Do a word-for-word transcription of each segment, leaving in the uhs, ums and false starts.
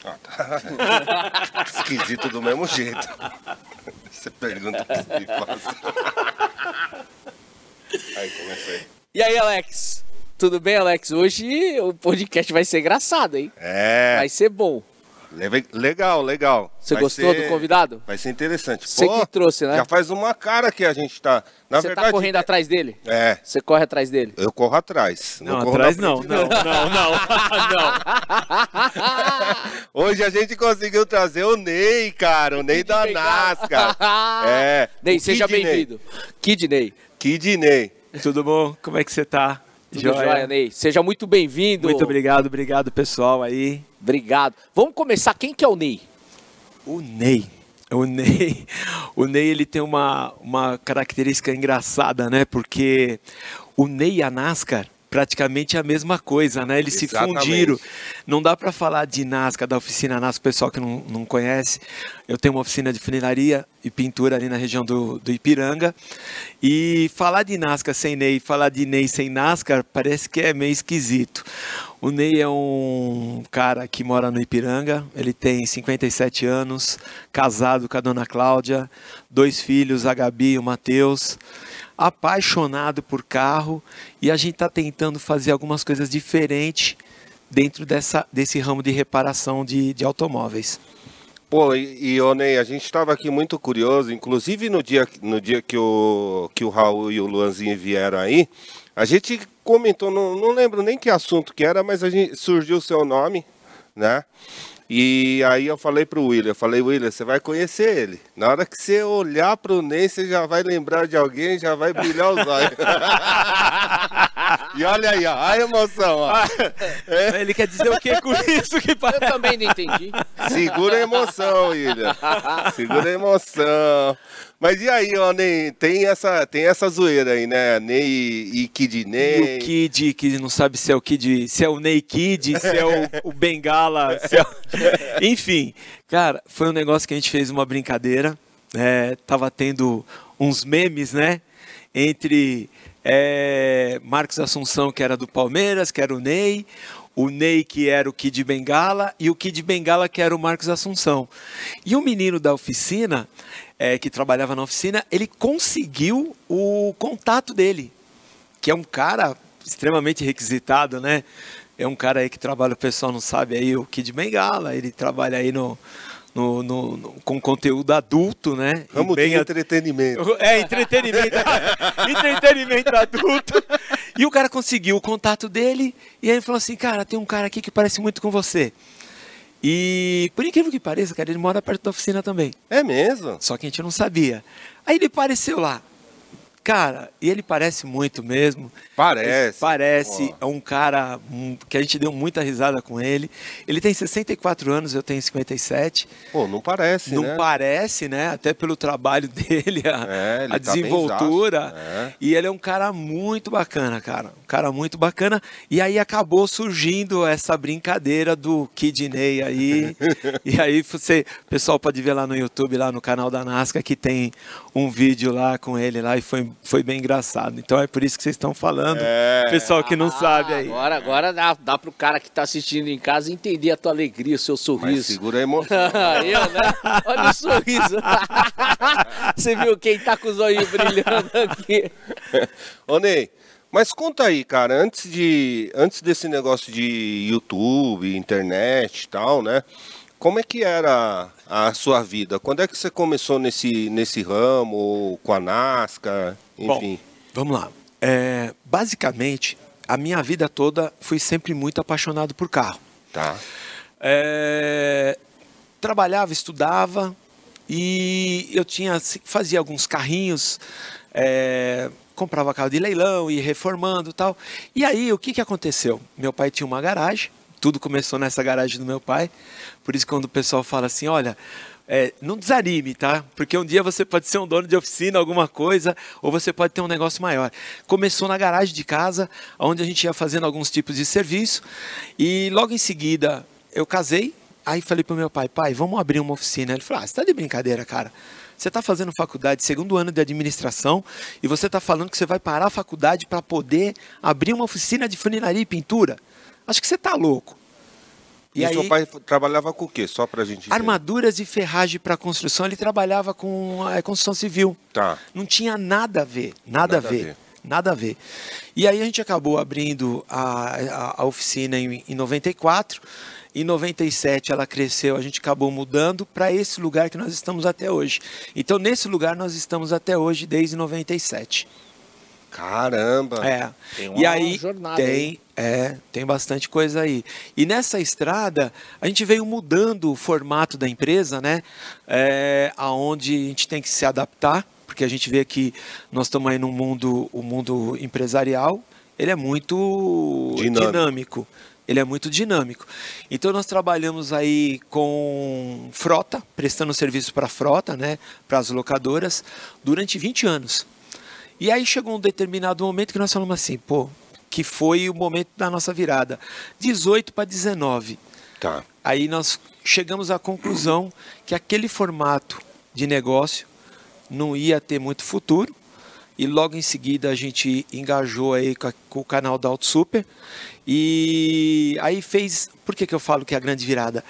Ah, tá. Esquisito do mesmo jeito. Você pergunta o que me faz. Aí, comecei. E aí, Alex? Tudo bem, Alex? Hoje o podcast vai ser engraçado, hein? É. Vai ser bom. Legal, legal. Você vai gostou ser... do convidado? Vai ser interessante. Você Pô, que trouxe, né? Já faz uma cara que a gente tá... Na Você verdade, tá correndo atrás dele? É. Você corre atrás dele? Eu corro atrás. Não, corro atrás na não, frente, não, não, não, não. Hoje a gente conseguiu trazer o Ney, cara. O Ney da NASCAR. É. Ney, o seja Kid bem-vindo. Kid Ney. Kid Ney. Tudo bom? Como é que você tá? Tudo jóia, Ney. Seja muito bem-vindo. Muito obrigado, obrigado pessoal aí. Obrigado. Vamos começar. Quem que é o Ney? O Ney. O Ney, o Ney ele tem uma, uma característica engraçada, né? Porque o Ney e a NASCAR praticamente é a mesma coisa, né? Eles Exatamente. se fundiram. Não dá para falar de NASCAR, da oficina NASCAR, pessoal que não, não conhece. Eu tenho uma oficina de funilaria e pintura ali na região do, do Ipiranga. E falar de NASCAR sem Ney, falar de Ney sem NASCAR, parece que é meio esquisito. O Ney é um cara que mora no Ipiranga, ele tem cinquenta e sete anos, casado com a dona Cláudia, dois filhos, a Gabi e o Matheus, apaixonado por carro, e a gente está tentando fazer algumas coisas diferentes dentro dessa, desse ramo de reparação de, de automóveis. Pô, e, e ô Ney, a gente estava aqui muito curioso, inclusive no dia, no dia que, o, que o Raul e o Luanzinho vieram aí, a gente comentou, não, não lembro nem que assunto que era, mas a gente, surgiu o seu nome, né? E aí eu falei pro William, eu falei, William, você vai conhecer ele. Na hora que você olhar pro Ney, você já vai lembrar de alguém, já vai brilhar os olhos. E olha aí, ó, a emoção, ó. É. Ele quer dizer o que com isso que Eu também não entendi. Segura a emoção, William. Segura a emoção. Mas e aí, ó, Ney, tem essa, tem essa zoeira aí, né? Ney e Kid Ney. E o Kid, que não sabe se é o Kid, se é o Ney Kid, se é o, o Bengala, se é o... Enfim, cara, foi um negócio que a gente fez uma brincadeira, é, tava tendo uns memes, né, entre é, Marcos Assunção, que era do Palmeiras, que era o Ney, o Ney, que era o Kid Bengala, e o Kid Bengala, que era o Marcos Assunção. E o menino da oficina, é, que trabalhava na oficina, ele conseguiu o contato dele, que é um cara extremamente requisitado, né? É um cara aí que trabalha, o pessoal não sabe aí, o Kid Bengala, ele trabalha aí no, no, no, no, com conteúdo adulto, né? Ramo bem de entretenimento. É, entretenimento. Entretenimento adulto. E o cara conseguiu o contato dele, e aí ele falou assim, cara, tem um cara aqui que parece muito com você. E, por incrível que pareça, cara, ele mora perto da oficina também. É mesmo? Só que a gente não sabia. Aí ele apareceu lá. Cara, e ele parece muito mesmo. Parece. Parece, é um cara um, que a gente deu muita risada com ele. Ele tem sessenta e quatro anos, eu tenho cinquenta e sete. Pô, não parece, não né? Não parece, né? Até pelo trabalho dele, a, é, ele a tá desenvoltura. É. E ele é um cara muito bacana, cara. Um cara muito bacana. E aí acabou surgindo essa brincadeira do Kid Ney aí. E aí você, o pessoal pode ver lá no YouTube, lá no canal da NASCAR, que tem um vídeo lá com ele lá e foi, foi bem engraçado. Então é por isso que vocês estão falando. É. Pessoal que não Ah, sabe aí. Agora, agora dá, dá pro cara que tá assistindo em casa entender a tua alegria, o seu Mas sorriso. segura a emoção. Eu, né? Olha o sorriso. Você viu quem tá com os olhos brilhando aqui? Ô Ney, mas conta aí, cara, antes, de, antes desse negócio de YouTube, internet e tal, né? Como é que era a sua vida? Quando é que você começou nesse, nesse ramo, com a NASCAR, enfim? Bom, vamos lá. É, basicamente, a minha vida toda fui sempre muito apaixonado por carro. Tá. É, trabalhava, estudava e eu tinha, fazia alguns carrinhos, é, comprava carro de leilão, ia reformando e tal. E aí, o que, que aconteceu? Meu pai tinha uma garagem, tudo começou nessa garagem do meu pai, por isso quando o pessoal fala assim, olha... É, não desanime, tá? Porque um dia você pode ser um dono de oficina, alguma coisa, ou você pode ter um negócio maior. Começou na garagem de casa, onde a gente ia fazendo alguns tipos de serviço, e logo em seguida eu casei, aí falei pro meu pai, pai, vamos abrir uma oficina. Ele falou, ah, você tá de brincadeira, cara. Você está fazendo faculdade, segundo ano de administração, e você está falando que você vai parar a faculdade para poder abrir uma oficina de funilaria e pintura? Acho que você está louco. E, e aí, seu pai trabalhava com o quê? Só pra gente entender. Armaduras e ferragem para construção. Ele trabalhava com a construção civil. Tá. Não tinha nada a ver, nada, nada a, ver, a ver, nada a ver. E aí a gente acabou abrindo a, a, a oficina em, em noventa e quatro. Em noventa e sete ela cresceu, a gente acabou mudando para esse lugar que nós estamos até hoje. Então nesse lugar nós estamos até hoje desde noventa e sete. Caramba! É. Tem uma e aí jornada tem, aí. é, tem bastante coisa aí. E nessa estrada a gente veio mudando o formato da empresa, né? É, aonde a gente tem que se adaptar, porque a gente vê que nós estamos aí num mundo, o mundo empresarial, ele é muito dinâmico. dinâmico. Ele é muito dinâmico. Então nós trabalhamos aí com frota, prestando serviço para a frota, né? Para as locadoras, durante vinte anos. E aí chegou um determinado momento que nós falamos assim, pô, que foi o momento da nossa virada, dezoito para dezenove. Tá. Aí nós chegamos à conclusão que aquele formato de negócio não ia ter muito futuro. E logo em seguida a gente engajou aí com, a, com o canal da Auto Super. E aí fez... Por que que eu falo que é a grande virada?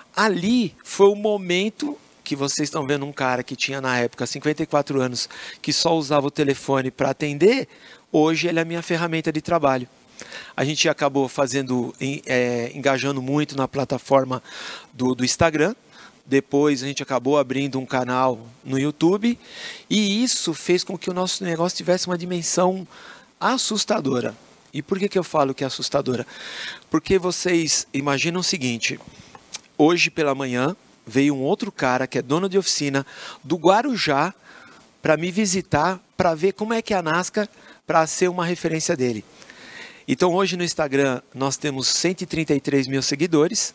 Ali foi o momento que vocês estão vendo um cara que tinha na época cinquenta e quatro anos, que só usava o telefone para atender. Hoje ele é a minha ferramenta de trabalho. A gente acabou fazendo, é, engajando muito na plataforma do, do Instagram. Depois a gente acabou abrindo um canal no YouTube. E isso fez com que o nosso negócio tivesse uma dimensão assustadora. E por que que eu falo que é assustadora? Porque vocês imaginam o seguinte. Hoje pela manhã veio um outro cara que é dono de oficina do Guarujá para me visitar, para ver como é que é a NASCAR, para ser uma referência dele. Então hoje no Instagram nós temos cento e trinta e três mil seguidores.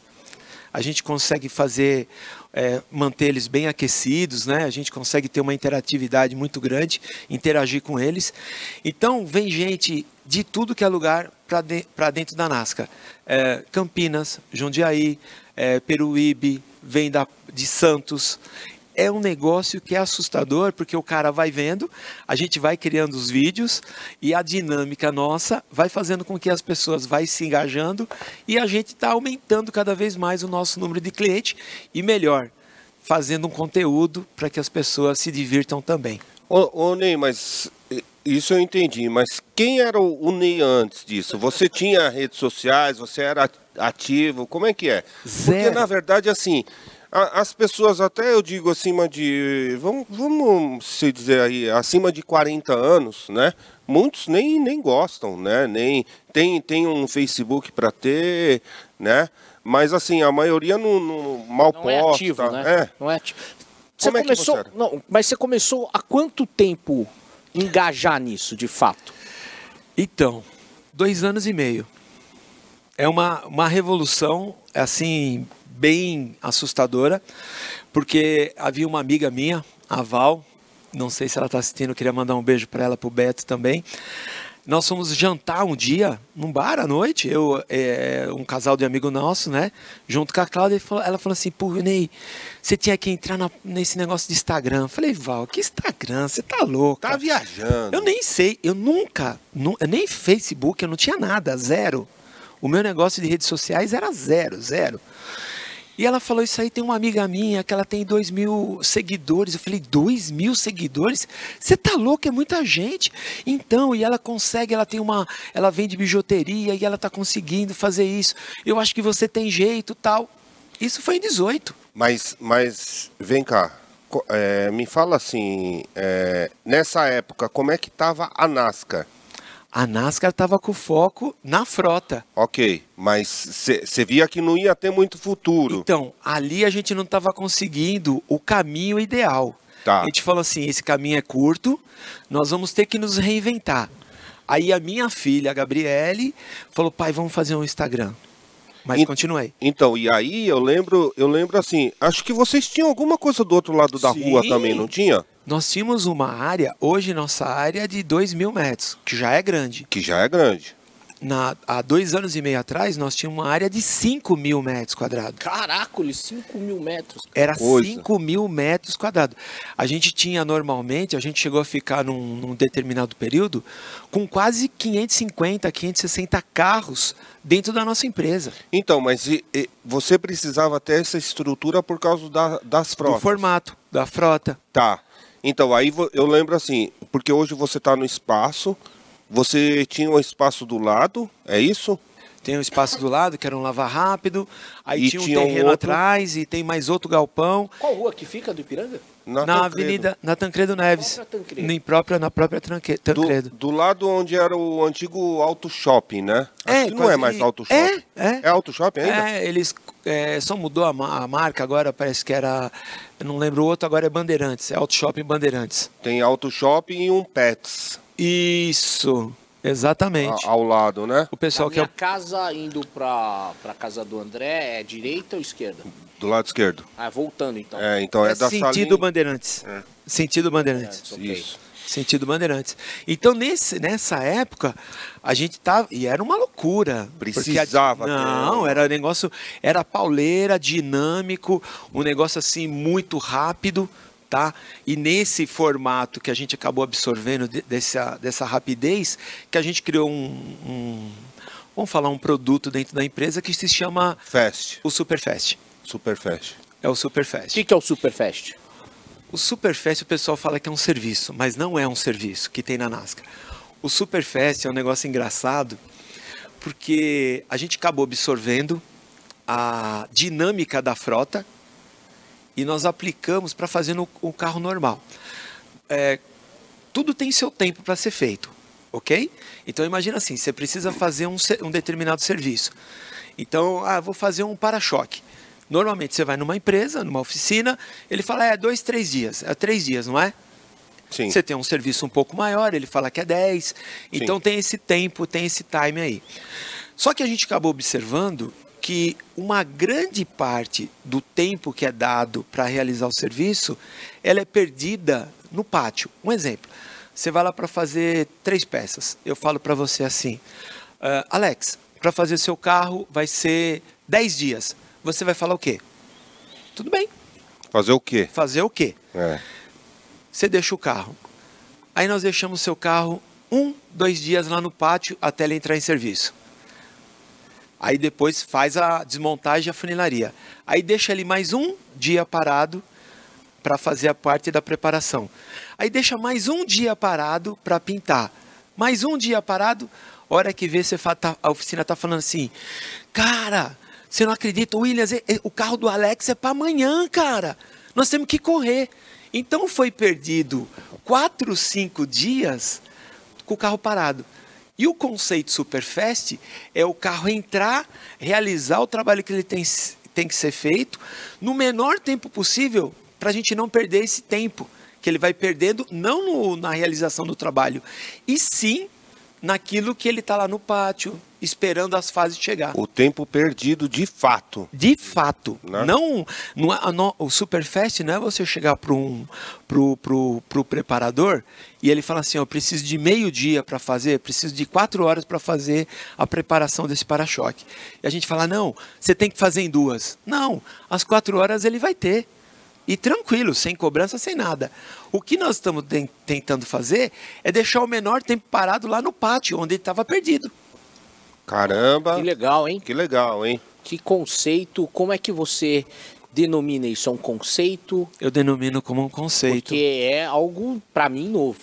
A gente consegue fazer, é, manter eles bem aquecidos, né? A gente consegue ter uma interatividade muito grande, interagir com eles. Então vem gente de tudo que é lugar para de, para dentro da NASCAR. É, Campinas, Jundiaí, é, Peruíbe, vem da, de Santos. É um negócio que é assustador, porque o cara vai vendo, a gente vai criando os vídeos e a dinâmica nossa vai fazendo com que as pessoas vai se engajando e a gente está aumentando cada vez mais o nosso número de clientes e melhor, fazendo um conteúdo para que as pessoas se divirtam também. Ô, ô Ney, mas isso eu entendi, mas quem era o, o Ney antes disso? Você tinha redes sociais, você era ativo, como é que é? Zero. Porque na verdade assim... As pessoas, até eu digo acima de, vamos, vamos se dizer aí, acima de quarenta anos, né? Muitos nem, nem gostam, né? Nem, tem, tem um Facebook para ter, né? Mas assim, a maioria não, não mal Não posta. é ativo, né? É. Não é ativo. Você Como é que começou, você era? não, mas você começou há quanto tempo engajar nisso, de fato? Então, dois anos e meio. É uma, uma revolução, assim... bem assustadora, porque havia uma amiga minha, a Val, não sei se ela está assistindo, eu queria mandar um beijo para ela, para o Beto também. Nós fomos jantar um dia, num bar à noite, eu, é, um casal de amigo nosso, né, junto com a Cláudia, ela falou assim, pô, Ney, você tinha que entrar na, nesse negócio de Instagram. Eu falei, Val, que Instagram? Você tá louco? Tá viajando. Eu nem sei, eu nunca, nu, nem Facebook, eu não tinha nada, zero. O meu negócio de redes sociais era zero, zero. E ela falou, isso aí tem uma amiga minha que ela tem dois mil seguidores. Eu falei, dois mil seguidores? Você tá louco, é muita gente. Então, e ela consegue, ela tem uma, ela vende bijuteria e ela tá conseguindo fazer isso. Eu acho que você tem jeito, tal. Isso foi em dezoito. Mas, mas vem cá, é, me fala assim, é, nessa época, como é que tava a NASCAR? A NASCAR estava com foco na frota. Ok, mas você via que não ia ter muito futuro. Então, ali a gente não estava conseguindo o caminho ideal. Tá. A gente falou assim, esse caminho é curto, nós vamos ter que nos reinventar. Aí a minha filha, a Gabriele, falou, pai, vamos fazer um Instagram. Mas Ent- continuei. Então, e aí eu lembro, eu lembro assim, acho que vocês tinham alguma coisa do outro lado da Sim. rua também, não tinha? Nós tínhamos uma área, hoje nossa área é de dois mil metros, que já é grande. Que já é grande. na, há dois anos e meio atrás, nós tínhamos uma área de cinco mil metros quadrados. Caracoles, cinco mil metros. Era Coisa. cinco mil metros quadrados. A gente tinha normalmente, a gente chegou a ficar num, num determinado período com quase quinhentos e cinquenta, quinhentos e sessenta carros dentro da nossa empresa. Então, mas e, e, você precisava ter essa estrutura por causa da, das frotas? Do formato, da frota. Tá. Então, aí vo- eu lembro assim, porque hoje você está no espaço, você tinha um espaço do lado, é isso? Tem um espaço do lado, que era um lavar rápido. Aí E tinha um tinha um terreno outro- atrás e tem mais outro galpão. Qual rua que fica do Ipiranga? Na, Tancredo. avenida, na Tancredo Neves. Própria Tancredo. Nem própria, na própria Tranque- Do, Tancredo. do lado onde era o antigo Auto Shopping, né? É, Acho que não é quase- mais Auto é, Shopping. é. É Auto Shopping ainda? É, eles é, só mudou a, ma- a marca agora, parece que era. Eu não lembro o outro, agora é Bandeirantes. É Auto Shopping Bandeirantes. Tem Auto Shopping e um Pets Isso, exatamente. a- ao lado, né? O pessoal Da que é. minha casa indo pra, pra casa do André, é direita ou esquerda? Do lado esquerdo. Ah, voltando então. É, então é, É da sentido salinha. Bandeirantes. É. Sentido Bandeirantes. Ok. Isso. Sentido Bandeirantes. Então, nesse, nessa época, a gente tava. E era uma loucura. porque a- Precisava ter Não, uma- era negócio. Era pauleira, dinâmico, um negócio assim muito rápido. Tá? E nesse formato que a gente acabou absorvendo de- dessa, dessa rapidez, que a gente criou um, um. Vamos falar um produto dentro da empresa que se chama Fast. o Superfast. Super Fast. É o O Superfast. que, que é o Superfast? O Superfast o pessoal fala que é um serviço, mas não é um serviço que tem na NASCAR. O Superfast é um negócio engraçado, porque a gente acabou absorvendo a dinâmica da frota e nós aplicamos para fazer no, o carro normal. É, tudo tem seu tempo para ser feito, ok? Então imagina assim, você precisa fazer um, se- um determinado serviço. Então, ah, vou fazer um para-choque. Normalmente você vai numa empresa, numa oficina, ele fala, é dois, três dias. É três dias, não é? Sim. Você tem um serviço um pouco maior, ele fala que é dez. Então tem esse tempo, tem esse time aí. Só que a gente acabou observando que uma grande parte do tempo que é dado para realizar o serviço, ela é perdida no pátio. Um exemplo, você vai lá para fazer três peças. Eu falo para você assim, "Ah, Alex, para fazer seu carro vai ser dez dias. Você vai falar o quê? Tudo bem. Fazer o quê? Fazer o quê? É. Você deixa o carro. Aí nós deixamos o seu carro um, dois dias lá no pátio até ele entrar em serviço. Aí depois faz a desmontagem e a funilaria. Aí deixa ele mais um dia parado para fazer a parte da preparação. Aí deixa mais um dia parado para pintar. Mais um dia parado, hora que vê, você fala, tá- a oficina tá falando assim, cara, você não acredita, Williams, é- é- o carro do Alex é para amanhã, cara. Nós temos que correr. Então foi perdido quatro, cinco dias com o carro parado. E o conceito Superfast é o carro entrar, realizar o trabalho que ele tem, tem que ser feito no menor tempo possível para a gente não perder esse tempo que ele vai perdendo, não no- na realização do trabalho, e sim naquilo que ele está lá no pátio, esperando as fases chegar. O tempo perdido de fato. De fato. Né? Não, não, é- não- o Superfast não é você chegar para um pro, pro, pro preparador e ele fala assim, ó, eu preciso de meio dia para fazer, preciso de quatro horas para fazer a preparação desse para-choque. E a gente fala, não, você tem que fazer em duas. Não, as quatro horas ele vai ter. E tranquilo, sem cobrança, sem nada. O que nós estamos ten- tentando fazer é deixar o menor tempo parado lá no pátio, onde ele estava perdido. Caramba. Que legal, hein? Que legal, hein? Que conceito, como é que você denomina isso? É um conceito? Eu denomino como um conceito. Porque é algo, para mim, novo.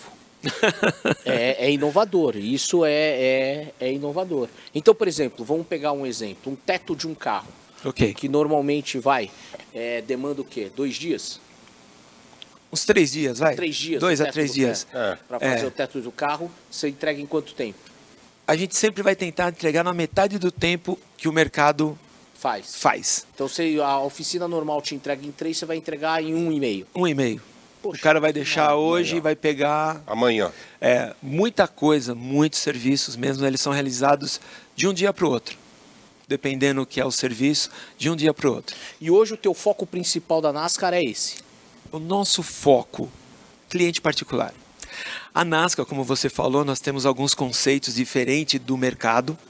é, é inovador, isso é, é, é inovador. Então, por exemplo, vamos pegar um exemplo, um teto de um carro, Ok. que normalmente vai, é, demanda o quê? Dois dias? Uns três dias, vai? Três dias? Dois o a teto três do- dias. É. Para fazer É. o teto do carro, você entrega em quanto tempo? A gente sempre vai tentar entregar na metade do tempo que o mercado Faz. faz. Então, se a oficina normal te entrega em três, você vai entregar em um e meio. Um e meio. Poxa, O cara vai deixar maravilha. hoje e vai pegar Amanhã. é, muita coisa, muitos serviços mesmo, eles são realizados de um dia para o outro. Dependendo do que é o serviço, de um dia para o outro. E hoje o teu foco principal da NASCAR é esse? O nosso foco, cliente particular. A NASCAR, como você falou, nós temos alguns conceitos diferentes do mercado.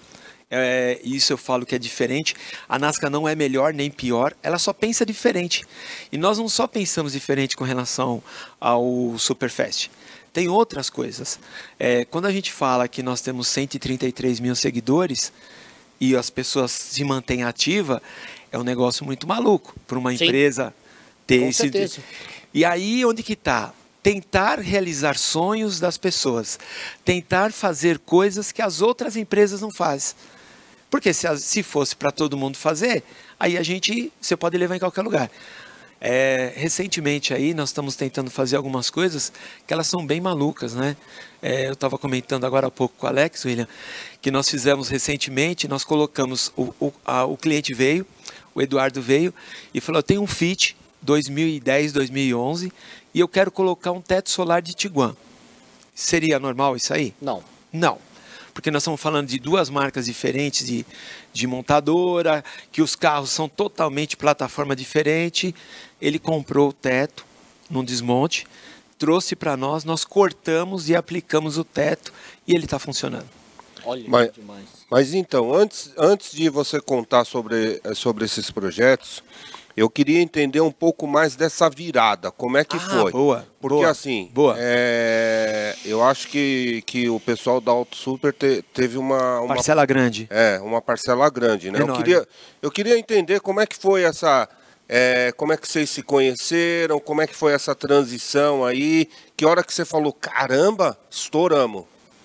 é, isso eu falo que é diferente. A NASCAR não é melhor nem pior, ela só pensa diferente. E nós não só pensamos diferente com relação ao Superfest. Tem outras coisas. É, quando a gente fala que nós temos cento e trinta e três mil seguidores e as pessoas se mantêm ativas, é um negócio muito maluco para uma Sim. empresa ter Com esse... certeza. E aí, onde que está? Tentar realizar sonhos das pessoas. Tentar fazer coisas que as outras empresas não fazem. Porque se, se fosse para todo mundo fazer, aí a gente, você pode levar em qualquer lugar. É, recentemente aí nós estamos tentando fazer algumas coisas que elas são bem malucas, né? É, eu estava comentando agora há pouco com o Alex, William, que nós fizemos recentemente, nós colocamos, o, o, a, o cliente veio, o Eduardo veio e falou, eu tenho um Fit dois mil e dez, dois mil e onze e eu quero colocar um teto solar de Tiguan. Seria normal isso aí? Não. Não. Porque nós estamos falando de duas marcas diferentes de, de montadora, que os carros são totalmente plataforma diferente. Ele comprou o teto num desmonte, trouxe para nós, nós cortamos e aplicamos o teto e ele está funcionando. Olha, Mas- que demais. Mas então, antes, antes de você contar sobre, sobre esses projetos, eu queria entender um pouco mais dessa virada, como é que Ah, foi. boa, Porque boa, assim, boa. é, eu acho que, que o pessoal da Auto Super te- teve uma, uma, Parcela grande. é, uma parcela grande, né? Eu Enorme. queria, eu queria entender como é que foi essa... é, como é que vocês se conheceram, como é que foi essa transição aí, que hora que você falou, caramba, estouramos.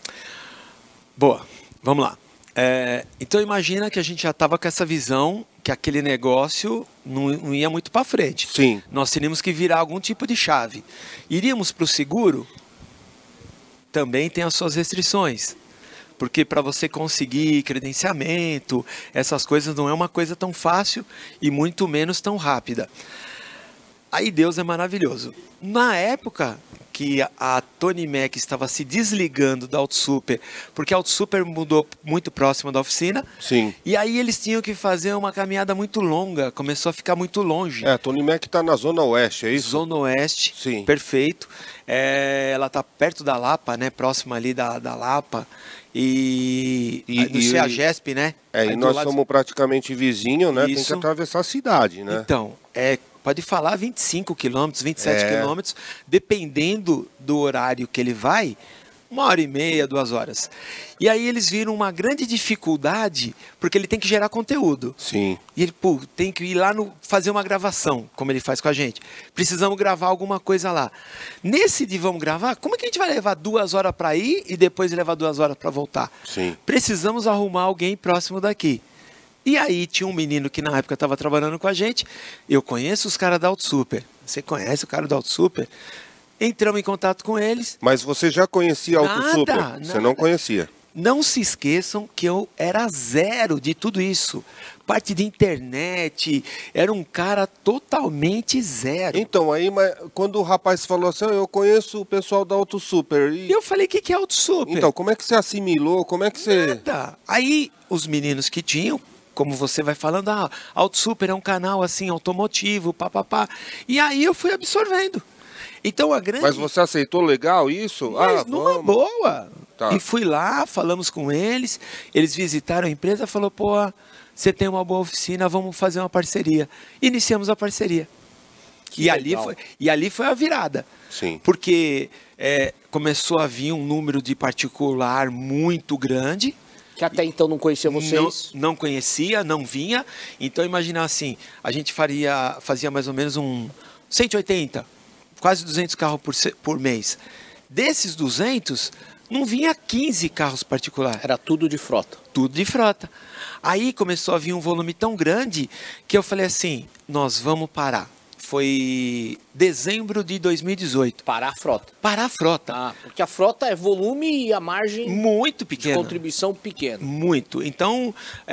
Boa, vamos lá. É, então imagina que a gente já estava com essa visão que aquele negócio não, não ia muito para frente. Sim. Nós teríamos que virar algum tipo de chave. Iríamos para o seguro? Também tem as suas restrições. Porque para você conseguir credenciamento, essas coisas não é uma coisa tão fácil e muito menos tão rápida. Aí Deus é maravilhoso. Na época que a Tony Mac estava se desligando da Auto Super, porque a Auto Super mudou muito próximo da oficina, Sim. e aí eles tinham que fazer uma caminhada muito longa, começou a ficar muito longe. É, a Tony Mac tá na Zona Oeste, é isso? Zona Oeste, Sim. perfeito. É, ela está perto da Lapa, né? Próxima ali da, da Lapa. E, E- no e- CEAGESP, né? É, Aí e do nós lado- somos praticamente vizinhos, né? Tem que Isso. atravessar a cidade, né? Então, é, pode falar vinte e cinco quilômetros, vinte e sete É. quilômetros, dependendo do horário que ele vai, uma hora e meia, duas horas. E aí eles viram uma grande dificuldade, porque ele tem que gerar conteúdo. Sim. E ele, pô, tem que ir lá no, fazer uma gravação, como ele faz com a gente. Precisamos gravar alguma coisa lá. Nesse de vamos gravar, como é que a gente vai levar duas horas para ir e depois levar duas horas para voltar? Sim. Precisamos arrumar alguém próximo daqui. E aí tinha um menino que na época estava trabalhando com a gente. Eu conheço os caras da Auto Super. Você conhece o cara da Auto Super? Entramos em contato com eles. Mas você já conhecia a Auto Nada, Super? nada. Você não conhecia? Não se esqueçam que eu era zero de tudo isso. Parte de internet, era um cara totalmente zero. Então, aí, mas quando o rapaz falou assim, "Ah, eu conheço o pessoal da Auto Super. E... E eu falei, o que, que é Auto Super? Então, como é que você assimilou? Como é que você... Nada. Aí os meninos que tinham, como você vai falando, ah, Auto Super é um canal assim, automotivo, papapá. E aí eu fui absorvendo. Então a grande... Mas você aceitou legal isso? Mas ah, numa vamos. boa. Tá. E fui lá, falamos com eles, eles visitaram a empresa, falou, pô, você tem uma boa oficina, vamos fazer uma parceria. Iniciamos a parceria. Que E ali, legal. foi, e ali foi a virada. Sim. Porque é, começou a vir um número de particular muito grande. Que até então não conhecia vocês. Não, não conhecia, não vinha. Então imagina assim, a gente faria, fazia mais ou menos um cento e oitenta, quase duzentos carros por, se- por mês. Desses duzentos, não vinha quinze carros particulares, Era tudo de frota. tudo de frota. Aí começou a vir um volume tão grande que eu falei assim, nós vamos parar. Foi dezembro de dois mil e dezoito. Parar a frota. Parar a frota. Ah, porque a frota é volume e a margem Muito de pequena. contribuição pequena. Muito. Então,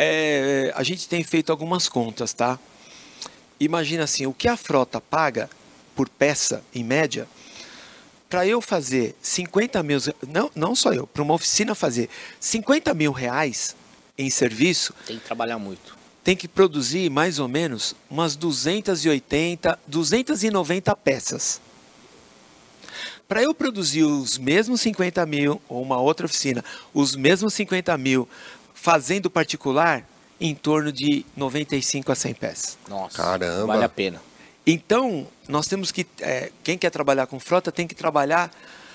é, a gente tem feito algumas contas, tá? Imagina assim, o que a frota paga por peça, em média, para eu fazer cinquenta mil, não, não só eu, para uma oficina fazer cinquenta mil reais em serviço, Tem que trabalhar muito. tem que produzir mais ou menos umas duzentas e oitenta, duzentas e noventa peças. Para eu produzir os mesmos cinquenta mil, ou uma outra oficina, os mesmos cinquenta mil, fazendo particular, em torno de noventa e cinco a cem pés. Nossa, Caramba. vale a pena. Então, nós temos que, é, quem quer trabalhar com frota tem que trabalhar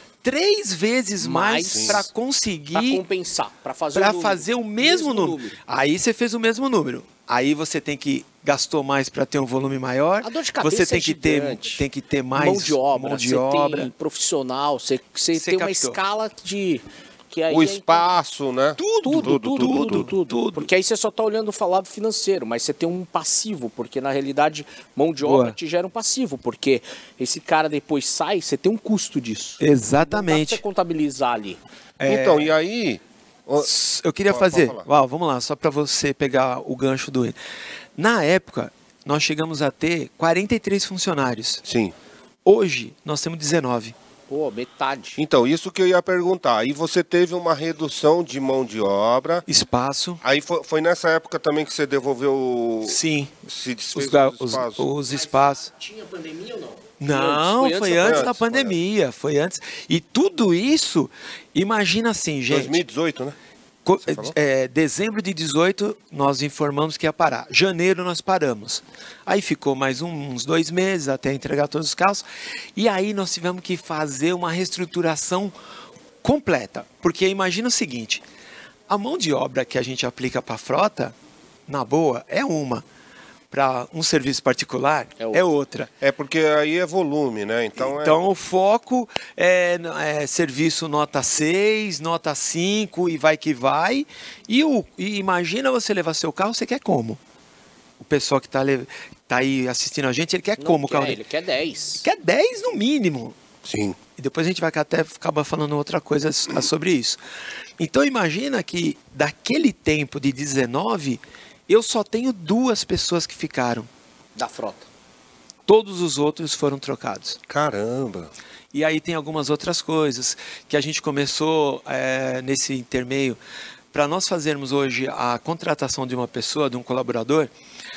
três vezes mais, Mais. para Para conseguir, compensar, para fazer, para o número. fazer o mesmo, número. Aí você fez o mesmo número. Aí você tem que gastou mais para ter um volume maior. A dor de cabeça você tem é que ter, gigante. tem que ter mais mão de obra, mão de você obra. tem profissional, você, você Você tem uma captou. escala de que aí O é espaço, né? Tudo, tudo, tudo, tudo, tudo, tudo. Porque aí você só está olhando o lado financeiro, mas você tem um passivo, porque na realidade mão de Boa. obra te gera um passivo, porque esse cara depois sai, você tem um custo disso. Não dá pra Exatamente. você contabilizar ali. Então, e aí... ó, Eu queria Pode- fazer, pode falar. Uau, vamos lá, só para você pegar o gancho do. Na época, nós chegamos a ter quarenta e três funcionários. Sim. Hoje, nós temos dezenove. Pô, metade. Então, isso que eu ia perguntar. Aí você teve uma redução de mão de obra. Espaço. Aí foi, foi nessa época também que você devolveu... Sim. Se Os, desfez ga- dos os, espaços. os espaços. Tinha pandemia ou não? Não, foi antes, da da pandemia. Foi antes. E tudo isso, imagina assim, gente. dois mil e dezoito, né? Co- Você falou? é, dezembro de dezoito, nós informamos que ia parar. Janeiro, nós paramos. Aí ficou mais um- uns dois meses até entregar todos os carros. E aí nós tivemos que fazer uma reestruturação completa. Porque imagina o seguinte, a mão de obra que a gente aplica para a frota, na boa, é uma. Para um serviço particular, É outra. é outra. É porque aí é volume, né? Então, Então, o foco é, é serviço nota seis, nota cinco e vai que vai. E, o, e imagina você levar seu carro, você quer como? O pessoal que está tá aí assistindo a gente, ele quer Não como o quer, carro dele? ele quer dez. Quer dez no mínimo. é... Sim. E depois a gente vai até acabar falando outra coisa s- sobre isso. Então, imagina que daquele tempo de dezenove, eu só tenho duas pessoas que ficaram. Da frota. Todos os outros foram trocados. Caramba. E aí tem algumas outras coisas que a gente começou é, nesse intermeio. Para nós fazermos hoje a contratação de uma pessoa, de um colaborador,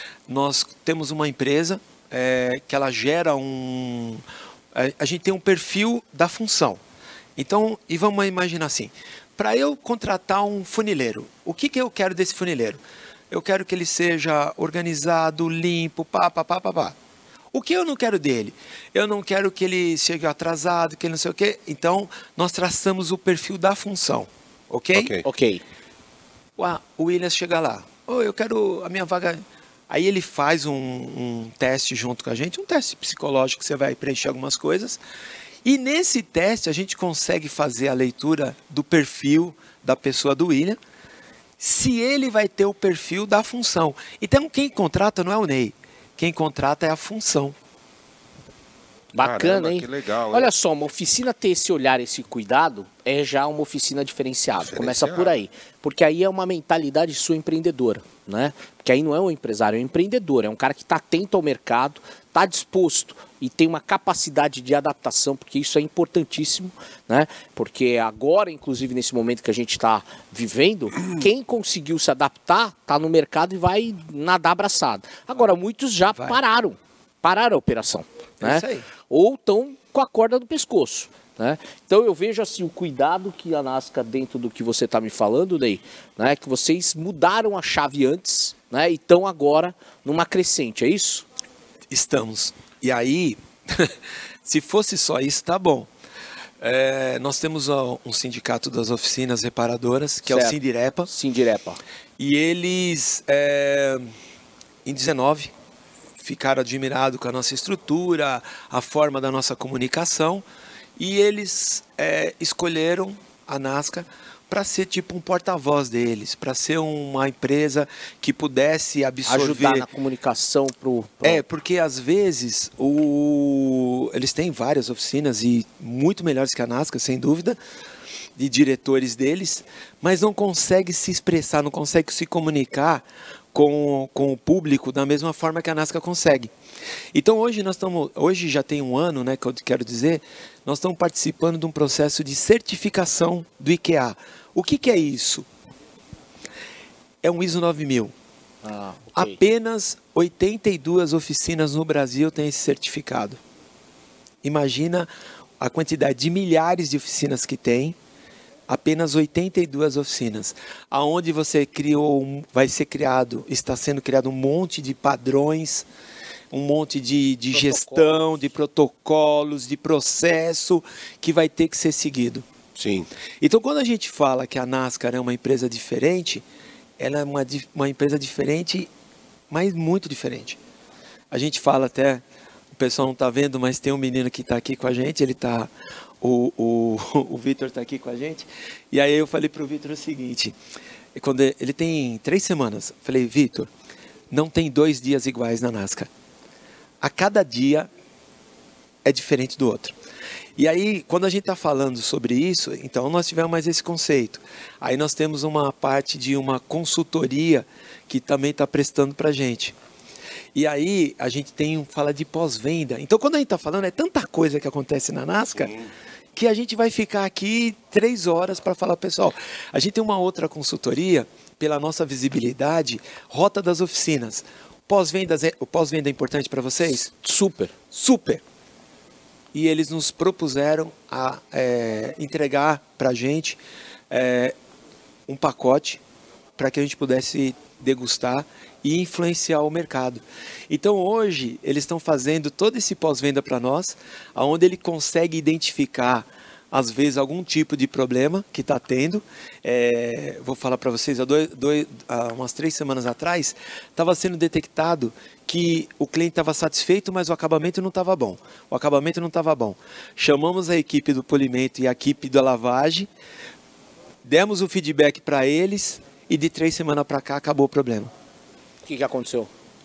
nós temos uma empresa é, que ela gera um... A, a gente tem um perfil da função. Então, e vamos imaginar assim, para eu contratar um funileiro, o que, que eu quero desse funileiro? Eu quero que ele seja organizado, limpo, pá, pá, pá, pá, pá. O que eu não quero dele? Eu não quero que ele chegue atrasado, que ele não sei o quê. Então, nós traçamos o perfil da função, ok? Ok. Ok. Ué, o Williams chega lá. Oh, eu quero a minha vaga... Aí ele faz um, um teste junto com a gente, um teste psicológico, que você vai preencher algumas coisas. E nesse teste, a gente consegue fazer a leitura do perfil da pessoa do William, se ele vai ter o perfil da função. Então, quem contrata não é o Ney. Quem contrata é a função. Bacana, Caramba, hein? que legal, hein? Olha só, uma oficina ter esse olhar, esse cuidado, é já uma oficina diferenciada. Começa Diferenciada. por aí. Porque aí é uma mentalidade sua empreendedora, né? Porque aí não é um empresário, é um empreendedor. É um cara que está atento ao mercado, está disposto e tem uma capacidade de adaptação, porque isso é importantíssimo, né? Porque agora, inclusive nesse momento que a gente está vivendo, quem conseguiu se adaptar está no mercado e vai nadar abraçado. Agora, muitos já Vai. pararam, pararam a operação, É né? isso aí. Ou estão com a corda no pescoço, né? Então eu vejo assim o cuidado que a Nasca, dentro do que você está me falando, Ney, né? Que vocês mudaram a chave antes, né? E estão agora numa crescente, é isso? Estamos. E aí, se fosse só isso, tá bom. É, nós temos ó, um sindicato das oficinas reparadoras, que é o Certo. Sindirepa, Sim, direpa. e eles, é, em dezenove, ficaram admirados com a nossa estrutura, a forma da nossa comunicação, e eles é, escolheram a Nasca para ser tipo um porta-voz deles, para ser uma empresa que pudesse absorver... Ajudar na comunicação pro, pro... É, porque às vezes o... eles têm várias oficinas e muito melhores que a Nasca, sem dúvida, de diretores deles, mas não consegue se expressar, não consegue se comunicar com, com o público da mesma forma que a Nasca consegue. Então hoje nós estamos, hoje já tem um ano, né, que eu quero dizer, nós estamos participando de um processo de certificação do I Q A. O que, que é isso? É um I S O nove mil. Ah, ok. Apenas oitenta e duas oficinas no Brasil têm esse certificado. Imagina a quantidade de milhares de oficinas que tem. apenas oitenta e duas oficinas, aonde você criou, um, vai ser criado, está sendo criado um monte de padrões, um monte de, de gestão, de protocolos, de processo que vai ter que ser seguido. Sim. Então, quando a gente fala que a NASCAR é uma empresa diferente, ela é uma, uma empresa diferente, mas muito diferente. A gente fala até, o pessoal não está vendo, mas tem um menino que está aqui com a gente, ele está, o, o, o Vitor está aqui com a gente, e aí eu falei para o Vitor o seguinte, quando ele tem três semanas, eu falei, Vitor, não tem dois dias iguais na NASCAR. A cada dia é diferente do outro. E aí, quando a gente está falando sobre isso, então nós tivemos mais esse conceito. Aí nós temos uma parte de uma consultoria que também está prestando para a gente. E aí a gente tem um fala de pós-venda. Então, quando a gente está falando, é tanta coisa que acontece na NASCAR, sim, que a gente vai ficar aqui três horas para falar, pessoal. A gente tem uma outra consultoria, pela nossa visibilidade, Rota das Oficinas. Pós-vendas é, o pós-venda é importante para vocês? Super. Super. E eles nos propuseram a é, entregar para a gente é, um pacote para que a gente pudesse degustar e influenciar o mercado. Então hoje eles estão fazendo todo esse pós-venda para nós, onde ele consegue identificar às vezes algum tipo de problema que está tendo. É, vou falar para vocês, há, dois, dois, há umas três semanas atrás, estava sendo detectado que o cliente estava satisfeito, mas o acabamento não estava bom. O acabamento não estava bom. Chamamos a equipe do polimento e a equipe da lavagem, demos o feedback para eles e de três semanas para cá acabou o problema. O que, que aconteceu?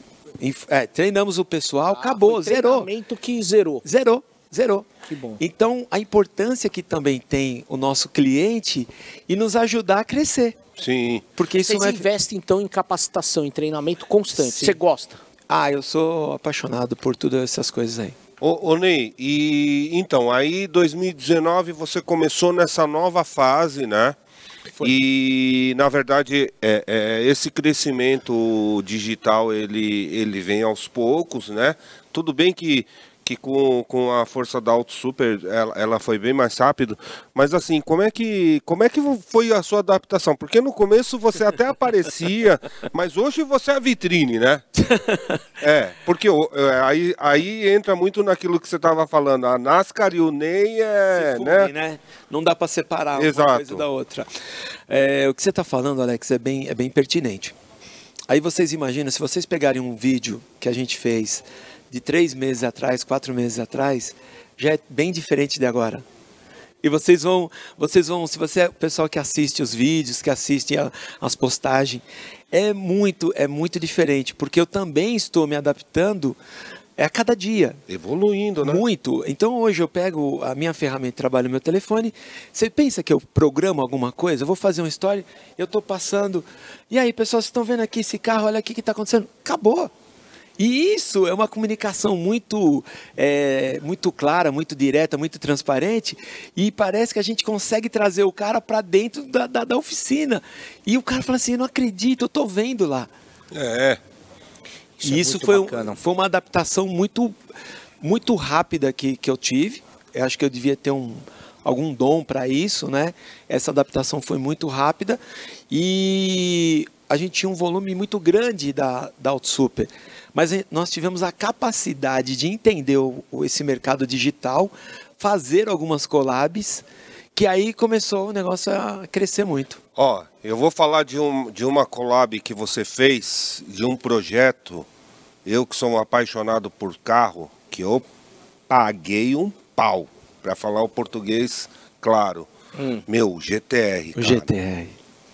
É, treinamos o pessoal, ah, acabou, zerou. Treinamento que zerou. Zerou. Zerou. Que bom. Então, a importância que também tem o nosso cliente e nos ajudar a crescer. Sim. Porque isso Vocês não é... investem, então, em capacitação, em treinamento constante. Sim. Você gosta? Ah, eu sou apaixonado por todas essas coisas aí. Ô, ô Ney, e então, aí dois mil e dezenove você começou nessa nova fase, né? Foi. E, na verdade, é, é, esse crescimento digital, ele, ele vem aos poucos, né? Tudo bem que... que com, com a força da Auto Super ela, ela foi bem mais rápido, mas assim, como é que como é que foi a sua adaptação? Porque no começo você até aparecia, mas hoje você é a vitrine, né? É, porque aí, aí entra muito naquilo que você estava falando, a NASCAR e o Ney é, Se fundem, né? né? Não dá para separar Exato. Uma coisa da outra. É, o que você está falando, Alex, é bem, é bem pertinente. Aí vocês imaginam, se vocês pegarem um vídeo que a gente fez de três meses atrás, quatro meses atrás, já é bem diferente de agora. E vocês vão, vocês vão, se você é o pessoal que assiste os vídeos, que assiste a, as postagens, é muito, é muito diferente, porque eu também estou me adaptando é a cada dia. Evoluindo, né? Muito. Então hoje eu pego a minha ferramenta, trabalho no meu telefone, você pensa que eu programo alguma coisa, eu vou fazer uma história, eu estou passando, e aí pessoal, vocês estão vendo aqui esse carro, olha aqui o que está acontecendo, acabou. E isso é uma comunicação muito, é, muito clara, muito direta, muito transparente. E parece que a gente consegue trazer o cara para dentro da, da, da oficina. E o cara fala assim, eu não acredito, eu estou vendo lá. É. Isso e isso é foi, um, foi uma adaptação muito, muito rápida que, que eu tive. Eu acho que eu devia ter um, algum dom para isso, né? Essa adaptação foi muito rápida. E a gente tinha um volume muito grande da, da Auto Super. Mas nós tivemos a capacidade de entender o, esse mercado digital, fazer algumas collabs, que aí começou o negócio a crescer muito. Ó, eu vou falar de, um, de uma collab que você fez, de um projeto, eu que sou um apaixonado por carro, que eu paguei um pau, para falar o português claro. Hum. Meu, G T R, cara. O G T R.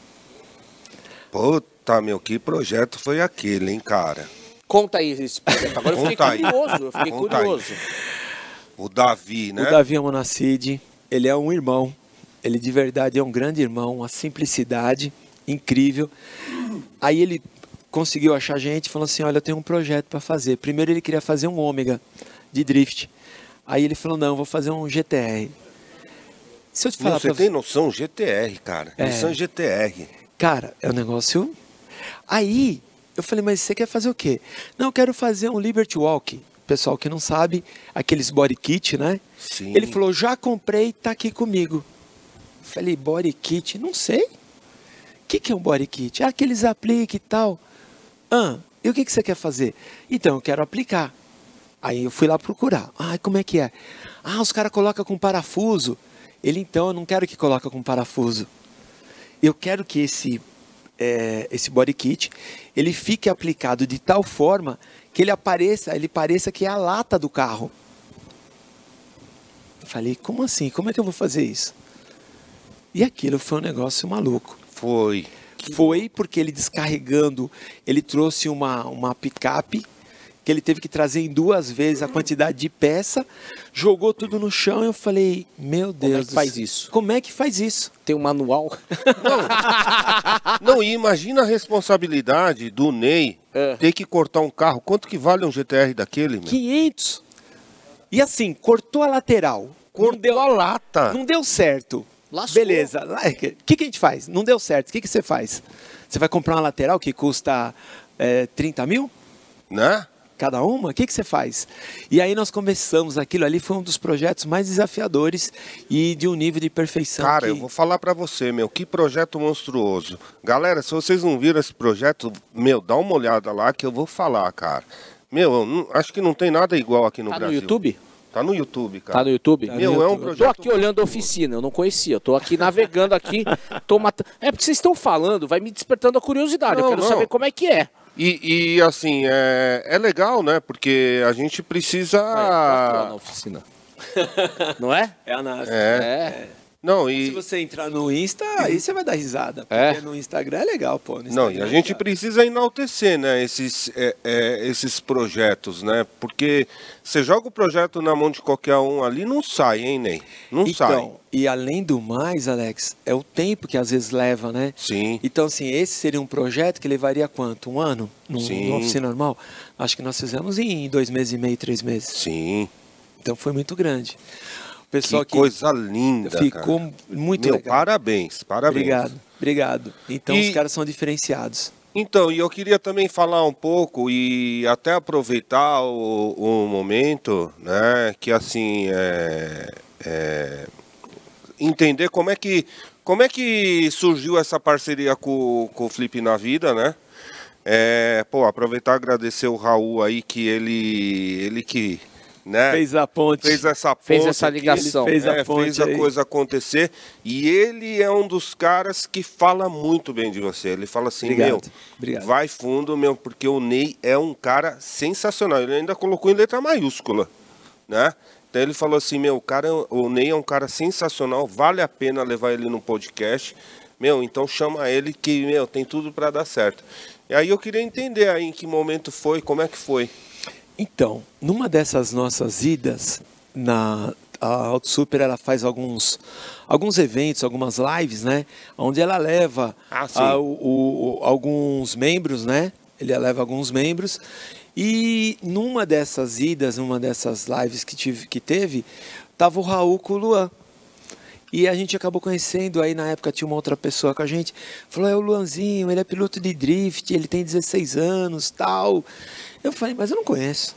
Puta, meu, que projeto foi aquele, hein, cara? Conta aí esse projeto. Agora eu fiquei curioso, eu fiquei Conta curioso. Aí. O Davi, né? O Davi Amonacide, ele é um irmão. Ele de verdade é um grande irmão, uma simplicidade incrível. Aí ele conseguiu achar a gente e falou assim, olha, eu tenho um projeto para fazer. Primeiro ele queria fazer um Ômega de drift. Aí ele falou, não, eu vou fazer um G T R. Se eu te falar não, você pra tem você... noção? G T R, cara. É. Nissan G T R. Cara, é um negócio... Aí... eu falei, mas você quer fazer o quê? Não, eu quero fazer um Liberty Walk. Pessoal que não sabe, aqueles body kit, né? Sim. Ele falou, já comprei, tá aqui comigo. Falei, body kit? Não sei. O que, que é um body kit? Ah, aqueles aplique e tal. Ah, e o que, que você quer fazer? Então, eu quero aplicar. Aí eu fui lá procurar. Ah, como é que é? Ah, os caras colocam com parafuso. Ele, então, eu não quero que coloque com parafuso. Eu quero que esse, é, esse body kit, ele fique aplicado de tal forma que ele apareça, ele pareça que é a lata do carro. Eu falei, como assim? Como é que eu vou fazer isso? E aquilo foi um negócio maluco. Foi. Foi porque ele descarregando, ele trouxe uma, uma picape, que ele teve que trazer em duas vezes a quantidade de peça, jogou tudo no chão e eu falei, meu Deus. Como é que faz isso? Como é que faz isso? Tem um manual? Não, não, e imagina a responsabilidade do Ney É. ter que cortar um carro. Quanto que vale um G T R daquele, meu? quinhentos. E assim, cortou a lateral. Cortou não deu, a lata. Não deu certo. Lascou. Beleza. O que, que a gente faz? Não deu certo. O que, que você faz? Você vai comprar uma lateral que custa é, trinta mil? Né? Cada uma? O que, que você faz? E aí nós começamos, aquilo ali foi um dos projetos mais desafiadores e de um nível de perfeição. Cara, que... eu vou falar pra você, meu, que projeto monstruoso. Galera, se vocês não viram esse projeto, meu, dá uma olhada lá que eu vou falar, cara. Meu, eu não- acho que não tem nada igual aqui no Tá no Brasil. YouTube? Tá no YouTube, cara. Tá no YouTube? Tá no Meu, é um YouTube. Eu tô projeto... aqui olhando a oficina, eu não conhecia. Eu tô aqui navegando aqui, tô matando. É porque vocês estão falando, vai me despertando a curiosidade. Não, eu quero não. saber como é que é. E, e, assim, é, é legal, né? Porque a gente precisa... É, mostra lá na oficina. Não é? É a NASA. É. Não, Se e... você entrar no Insta, aí você vai dar risada. Porque É? no Instagram é legal, pô. No Não, Instagram e a é gente legal. precisa enaltecer, né, esses, é, é, esses projetos, né? Porque você joga o projeto na mão de qualquer um ali, não sai, hein, Ney? Não sai. Então, e além do mais, Alex, é o tempo que às vezes leva, né? Sim. Então, assim, esse seria um projeto que levaria quanto? Um ano? Num, Sim. numa oficina normal? Acho que nós fizemos em dois meses e meio, três meses. Sim. Então foi muito grande. O Que pessoal que coisa linda, ficou cara. muito Meu, legal. parabéns, parabéns. Obrigado, obrigado. Então E- os caras são diferenciados. Então, e eu queria também falar um pouco e até aproveitar o, o momento, né, que assim, é, é, entender como é que como é que surgiu essa parceria com, com o Flip na Vida, né? É, pô, aproveitar e agradecer o Raul aí que ele ele que, né, Fez a ponte. fez essa ponte, Fez essa aqui, ligação. Ele fez a é, ponte fez a aí. coisa acontecer. E ele é um dos caras que fala muito bem de você. Ele fala assim, Obrigado, meu, obrigado. vai fundo, meu, porque o Ney é um cara sensacional. Ele ainda colocou em letra maiúscula, né? Então ele falou assim, meu, o, cara, o Ney é um cara sensacional, vale a pena levar ele no podcast. Meu, então chama ele que, meu, tem tudo para dar certo. E aí eu queria entender aí em que momento foi, como é que foi. Então, numa dessas nossas idas, na, a Auto Super ela faz alguns, alguns eventos, algumas lives, né? Onde ela leva Ah, sim. a- o- o- alguns membros, né? Ele leva alguns membros. E numa dessas idas, numa dessas lives que, tive, que teve, tava o Raul com o Luan. E a gente acabou conhecendo, aí na época tinha uma outra pessoa com a gente, falou, é o Luanzinho, ele é piloto de drift, ele tem dezesseis anos, tal. Eu falei, mas eu não conheço.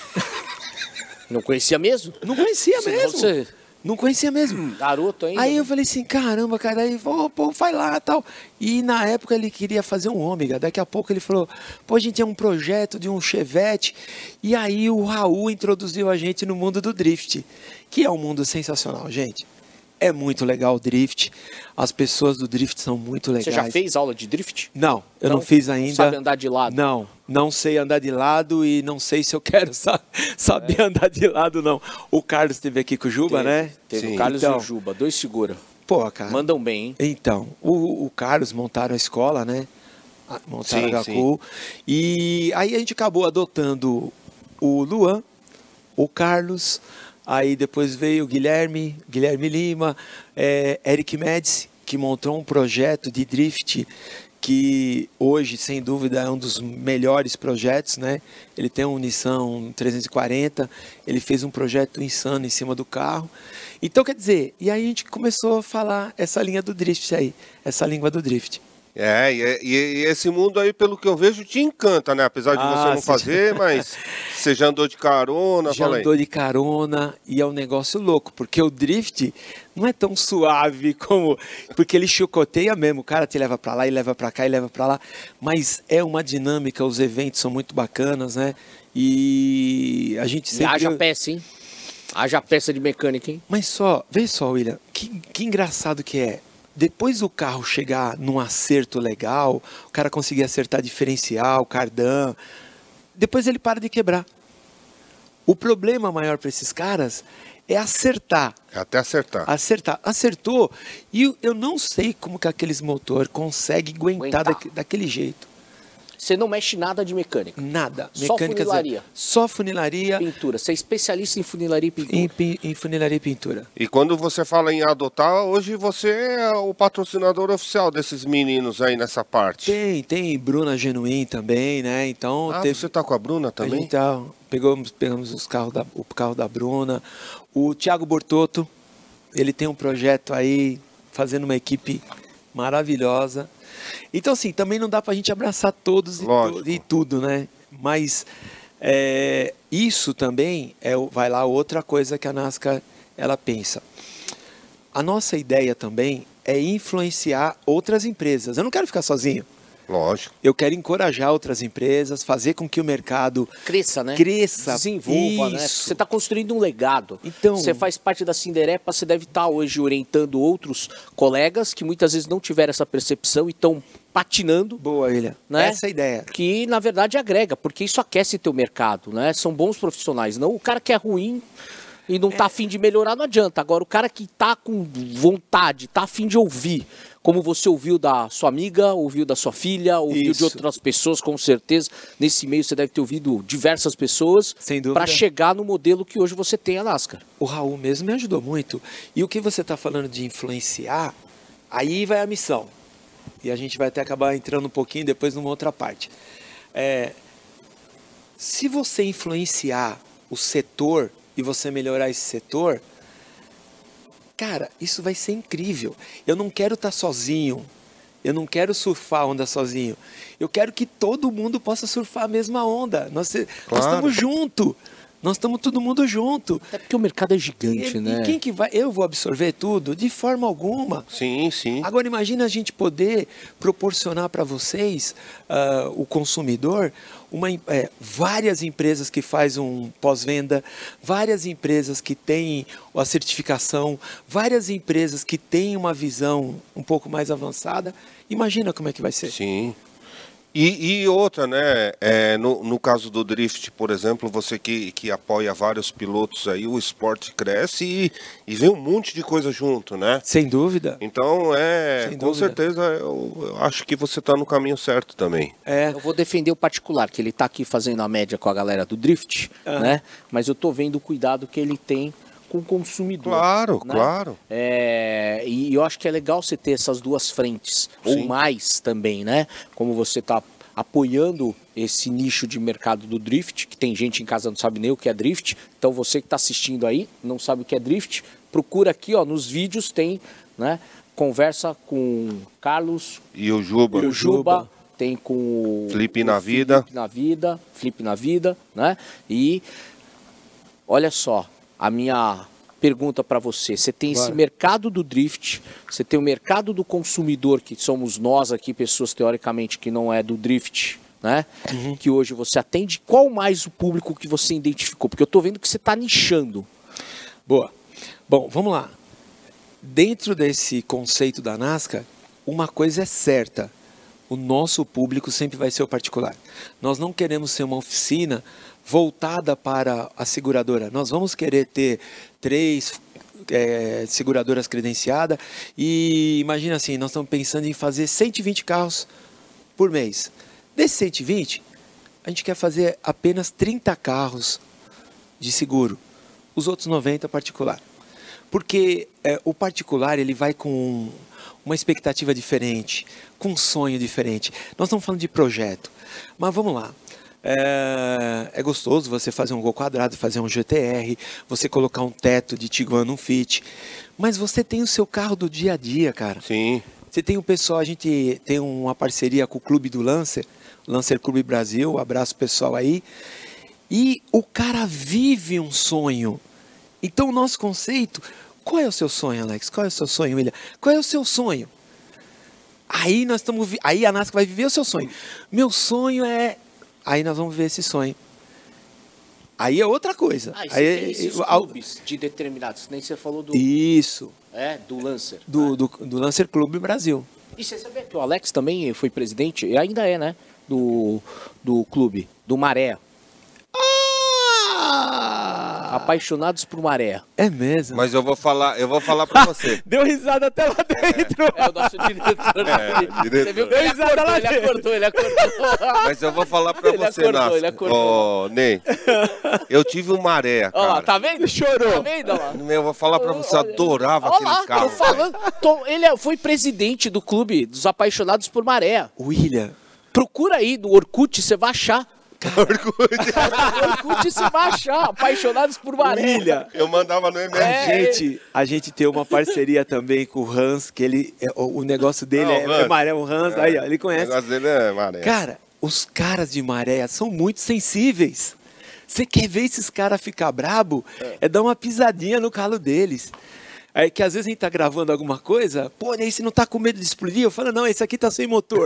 Não conhecia mesmo? Não conhecia Senão mesmo. você- Não conhecia mesmo. Garoto ainda. Aí eu falei assim, caramba, cara, aí, pô, pô, vai lá tal. E na época ele queria fazer um ômega. Daqui a pouco ele falou, pô, a gente tem um projeto de um Chevette. E aí o Raul introduziu a gente no mundo do drift, que é um mundo sensacional, gente. É muito legal o drift. As pessoas do drift são muito legais. Você já fez aula de drift? Não, eu não, Não? fiz Não ainda. sabe andar de lado? Não, não sei andar de lado e não sei se eu quero sa- saber É. andar de lado, não. O Carlos esteve aqui com o Juba, Teve, né? Teve Sim. o Carlos Então. e o Juba, dois segura. Pô, cara. Mandam bem, hein? Então, o, o Carlos montaram a escola, né? Ah, Montaram Sim, a Gaku. E aí a gente acabou adotando o Luan, o Carlos, aí depois veio o Guilherme, Guilherme Lima, é, Eric Médici, que montou um projeto de drift que hoje, sem dúvida, é um dos melhores projetos, né? Ele tem um Nissan trezentos e quarenta, ele fez um projeto insano em cima do carro. Então, quer dizer, e aí a gente começou a falar essa linha do drift aí, essa língua do drift. É, e, e- e esse mundo aí, pelo que eu vejo, te encanta, né? Apesar de Ah, você não sim. fazer, mas Você já andou de carona? Já fala aí. andou de carona e é um negócio louco, porque o drift não é tão suave como... Porque ele chicoteia mesmo, o cara te leva pra lá e leva pra cá e leva pra lá, mas é uma dinâmica, os eventos são muito bacanas, né? E a gente E sempre... haja peça, hein? Haja peça de mecânica, hein? Mas só, vê só, William, que, que engraçado que é. Depois do carro chegar num acerto legal, o cara conseguir acertar diferencial, cardan, depois ele para de quebrar. O problema maior para esses caras é acertar. Até acertar. Acertar. Acertou. E eu não sei como que aqueles motor conseguem aguentar, Aguentar. daque- daquele jeito. Você não mexe nada de mecânica. Nada. Só Mecânica funilaria. zero. Só funilaria Pintura. Você é especialista em funilaria e pintura. em, pi- em funilaria e pintura. E quando você fala em adotar, hoje você é o patrocinador oficial desses meninos aí nessa parte. Tem, tem Bruna Genuim também, né? Então Ah, teve... você tá com a Bruna A também? gente tá, pegamos, pegamos os carros da, o carro da Bruna. O Thiago Bortotto, ele tem um projeto aí, fazendo uma equipe maravilhosa. Então, assim, também não dá pra gente abraçar todos e, Lógico. to- e tudo, né? Mas é, isso também é, o- vai lá outra coisa que a NASCAR, ela pensa. A nossa ideia também é influenciar outras empresas. Eu não quero ficar sozinho. Lógico. Eu quero encorajar outras empresas, fazer com que o mercado Cresça, né? cresça. Desenvolva, né? Isso. Você está construindo um legado. Então- Você faz parte da Cinderepa, você deve estar hoje orientando outros colegas que muitas vezes não tiveram essa percepção e estão patinando. Boa, Ilha. Né? Essa é a ideia. Que na verdade agrega, porque isso aquece teu mercado, né? São bons profissionais, não o cara que é ruim e não tá afim de melhorar, não adianta. Agora, o cara que tá com vontade, tá afim de ouvir, como você ouviu da sua amiga, ouviu da sua filha, ouviu Isso. de outras pessoas, com certeza. Nesse meio você deve ter ouvido diversas pessoas Sem dúvida. para chegar no modelo que hoje você tem a NASCAR. O Raul mesmo me ajudou muito. E o que você está falando de influenciar, aí vai a missão. E a gente vai até acabar entrando um pouquinho depois numa outra parte. É, se você influenciar o setor e você melhorar esse setor, cara, isso vai ser incrível. Eu não quero estar sozinho. Eu não quero surfar a onda sozinho. Eu quero que todo mundo possa surfar a mesma onda. Nós, nós Claro. estamos juntos. Nós estamos todo mundo junto. É porque o mercado é gigante, E, né? e quem que vai? Eu vou absorver tudo? De forma alguma. Sim, sim. Agora imagina a gente poder proporcionar para vocês, ah, o consumidor, uma, em- é, várias empresas que fazem um pós-venda, várias empresas que têm a certificação, várias empresas que têm uma visão um pouco mais avançada. Imagina como é que vai ser. Sim. E, e outra, né? É, no, no caso do drift, por exemplo, você que, que apoia vários pilotos aí, o esporte cresce e, e vem um monte de coisa junto, né? Sem dúvida. Então, é, Sem com dúvida. certeza, eu, eu acho que você está no caminho certo também. É, Eu vou defender o particular, que ele está aqui fazendo a média com a galera do Drift, Aham. né? Mas eu tô vendo o cuidado que ele tem com o consumidor. Claro, né? claro. É, e eu acho que é legal você ter essas duas frentes, ou Sim. mais também, né? Como você está apoiando esse nicho de mercado do Drift, que tem gente em casa que não sabe nem o que é Drift. Então você que está assistindo aí, não sabe o que é Drift, procura aqui, ó, nos vídeos tem, né? Conversa com o Carlos, E o Juba? o Juba, tem com o Felipe o na vida. Felipe na vida, Felipe na vida, né? E olha só, a minha pergunta para você, você tem esse Vai. mercado do drift, você tem o mercado do consumidor, que somos nós aqui, pessoas teoricamente que não é do drift, né? Uhum. Que hoje você atende, qual mais o público que você identificou? Porque eu tô vendo que você tá nichando. boa. Bom, vamos lá. Dentro desse conceito da NASCAR, uma coisa é certa. O nosso público sempre vai ser o particular. Nós não queremos ser uma oficina voltada para a seguradora. Nós vamos querer ter três é, seguradoras credenciadas e imagina assim, nós estamos pensando em fazer cento e vinte carros por mês. Desses cento e vinte, a gente quer fazer apenas trinta carros de seguro. Os outros noventa particular. Porque é, o particular ele vai com uma expectativa diferente, com um sonho diferente. Nós estamos falando de projeto, mas vamos lá. É, é gostoso você fazer um Gol quadrado, fazer um G T R, você colocar um teto de Tiguan num Fit, mas você tem o seu carro do dia a dia, cara. Sim. Você tem o pessoal, a gente tem uma parceria com o Clube do Lancer, Lancer Clube Brasil, um abraço pessoal aí. E o cara vive um sonho. Então o nosso conceito, qual é o seu sonho, Alex? Qual é o seu sonho, William? Qual é o seu sonho? Aí nós estamos, aí a Nasca vai viver o seu sonho. Meu sonho é, aí nós vamos ver esse sonho. Aí é outra coisa. Ah, e você aí, tem esses eu- clubes de determinados, nem você falou do, Isso, é, do Lancer. do, né? do, do Lancer Clube Brasil. E você sabia que o Alex também foi presidente, e ainda é, né? Do, do clube, do Maré. Ah! Apaixonados por Maré. É mesmo. Mas eu vou falar, eu vou falar pra você. Deu risada até lá dentro. É o nosso diretor. É, diretor. Você viu que ele Deu risada acordou, lá ele dentro. acordou, ele acordou. Mas eu vou falar pra Ele você, acordou, Nasco. ele acordou. Ô, Ney, eu tive um maré, Olha lá, cara. tá vendo? Chorou. Tá vendo? Olha lá. Eu vou falar pra você, eu adorava Olha aquele lá, carro. tô falando. tô- ele é- foi presidente do clube dos apaixonados por Maré. William, Procura aí no Orkut, você vai achar. Orkut. No Orkut você vai achar. Apaixonados por Maré. William, Eu mandava no M É, R G. gente, a gente tem uma parceria também com o Hans, que ele, é, o, o negócio dele Não, é, Hans. é maré, o Hans, aí ó, ele O conhece. negócio dele é maré. Cara, os caras de maré são muito sensíveis. Você quer ver esses caras ficar brabo? É. dar uma pisadinha no calo deles. Aí que às vezes a gente tá gravando alguma coisa, pô, Ney, você não tá com medo de explodir? Eu falo, não, esse aqui tá sem motor.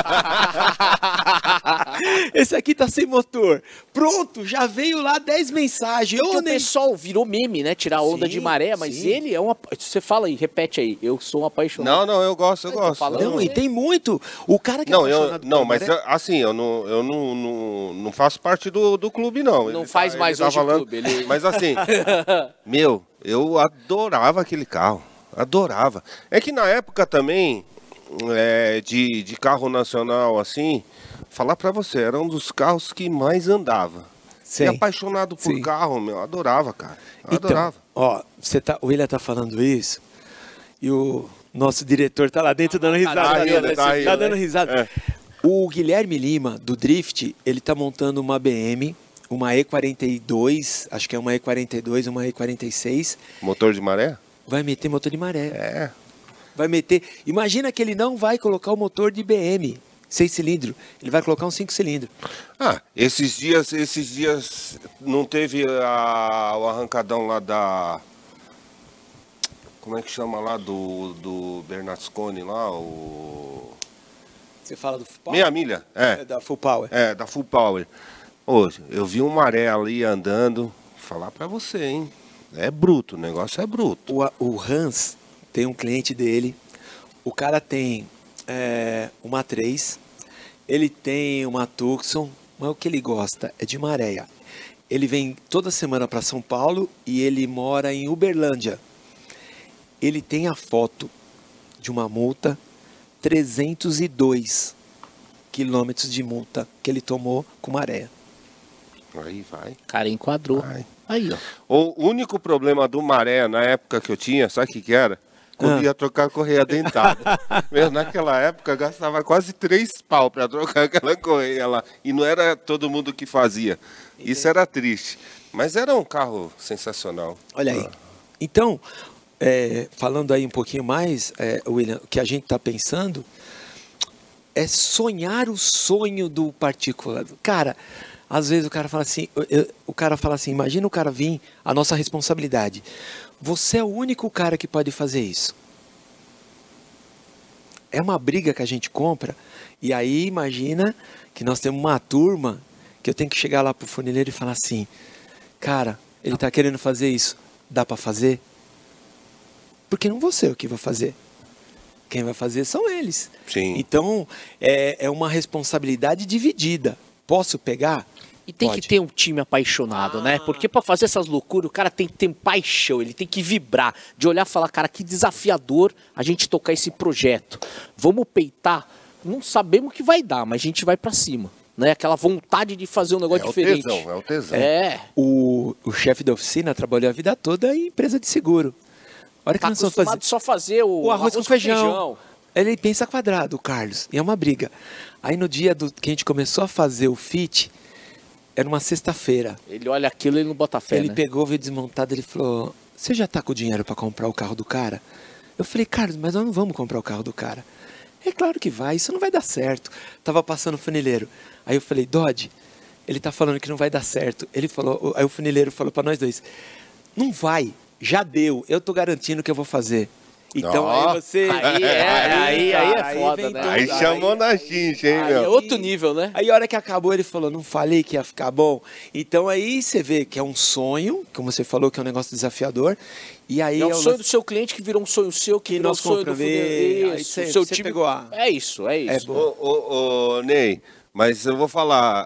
Esse aqui tá sem motor. Pronto, já veio lá dez mensagens. Porque Ô, o Ney, pessoal virou meme, né? Tirar onda Sim, de maré, mas sim. ele é um. apa- Você fala aí, repete aí. Eu sou um apaixonado. Não, não, eu gosto, eu Eu tô gosto. falando. não, e tem muito. O cara que é Não, eu, apaixonado não por mas maré- eu- assim, eu não, eu não, não, não faço parte do, do clube, não. Não Ele faz tá- mais ele tá hoje o falando- clube, ele- Mas assim, meu, eu adorava aquele carro. Adorava. É que na época também, é, de, de carro nacional, assim, falar pra você, era um dos carros que mais andava. Sim. E apaixonado por Sim. carro, meu, adorava, cara. Então, Adorava. ó, você tá, o William tá falando isso e o nosso diretor tá lá dentro dando risada. Tá rindo, dando- tá rindo, dando né? risada. É. O Guilherme Lima, do Drift, ele tá montando uma B M, uma E quarenta e dois, acho que é uma E quarenta e dois, uma E quarenta e seis, Motor de maré? vai meter motor de maré. É. Vai meter. Imagina que ele não vai colocar o motor de B M, seis cilindros, ele vai colocar um cinco cilindros. Ah, esses dias, esses dias não teve a- o arrancadão lá da. Como é que chama lá do, do Bernasconi lá? O. Você fala do Full Power? Meia milha, É é. da Full Power. É, da Full Power. Hoje, eu vi um maré ali andando. Falar pra você, hein? É bruto, o negócio é bruto. O, o Hans tem um cliente dele, o cara tem é, uma três, ele tem uma Tucson, mas o que ele gosta é de maréia. Ele vem toda semana para São Paulo e ele mora em Uberlândia. Ele tem a foto de uma multa, trezentos e dois quilômetros de multa que ele tomou com maréia. Aí vai. O cara enquadrou. Vai. Aí, ó. O único problema do maré na época que eu tinha, sabe o que, que era? Quando Ah. ia trocar a correia dentada. Meu, naquela época gastava quase três pau para trocar aquela correia lá. E não era todo mundo que fazia. Isso era triste. Mas era um carro sensacional. Olha aí. Então, é, falando aí um pouquinho mais, é, William, o que a gente está pensando é sonhar o sonho do particular. Cara, às vezes o cara fala assim, eu- o cara fala assim, imagina o cara vir, a nossa responsabilidade. Você é o único cara que pode fazer isso. É uma briga que a gente compra, e aí imagina que nós temos uma turma que eu tenho que chegar lá pro funileiro e falar assim, cara, ele tá querendo fazer isso, dá para fazer? Porque não vou ser o que vai fazer. Quem vai fazer são eles. Sim. Então, é, é uma responsabilidade dividida. Posso pegar? E tem Pode. que ter um time apaixonado, né? Porque pra fazer essas loucuras, o cara tem que ter paixão, ele tem que vibrar, de olhar e falar, cara, que desafiador a gente tocar esse projeto. Vamos peitar, não sabemos o que vai dar, mas a gente vai pra cima, né? Aquela vontade de fazer um negócio É o diferente. tesão, é o tesão. É, O, o chefe da oficina trabalhou a vida toda em empresa de seguro. A hora que tá nós vamos acostumado fazer só fazer o, o arroz, com feijão. Ele pensa quadrado, o Carlos, e é uma briga. Aí no dia do, que a gente começou a fazer o fit, era uma sexta-feira. Ele olha aquilo e ele não bota fé, Ele né? pegou, veio desmontado, ele falou, você já tá com o dinheiro para comprar o carro do cara? Eu falei, Carlos, mas nós não vamos comprar o carro do cara. É claro que vai, isso não vai dar certo. Tava passando o funileiro. Aí eu falei, Dodge, ele tá falando que não vai dar certo. Ele falou, aí o funileiro falou para nós dois, não vai, já deu, eu tô garantindo que eu vou fazer. Então oh. aí você... Aí é, aí, aí é aí foda, vem né? tudo. Aí chamou Aí- na xincha, hein, Aí é meu? outro nível, né? Aí a hora que acabou ele falou, não falei que ia ficar bom? Então aí você vê que é um sonho, como você falou, que é um negócio desafiador. E aí É um o sonho lance- do seu cliente que virou um sonho seu, que, Que virou um nós sonho do compramos. funeiro. Aí Isso, você- o seu você time... pegou a- É isso, é É isso. bom. Ô, ô, ô, Ney, mas eu vou falar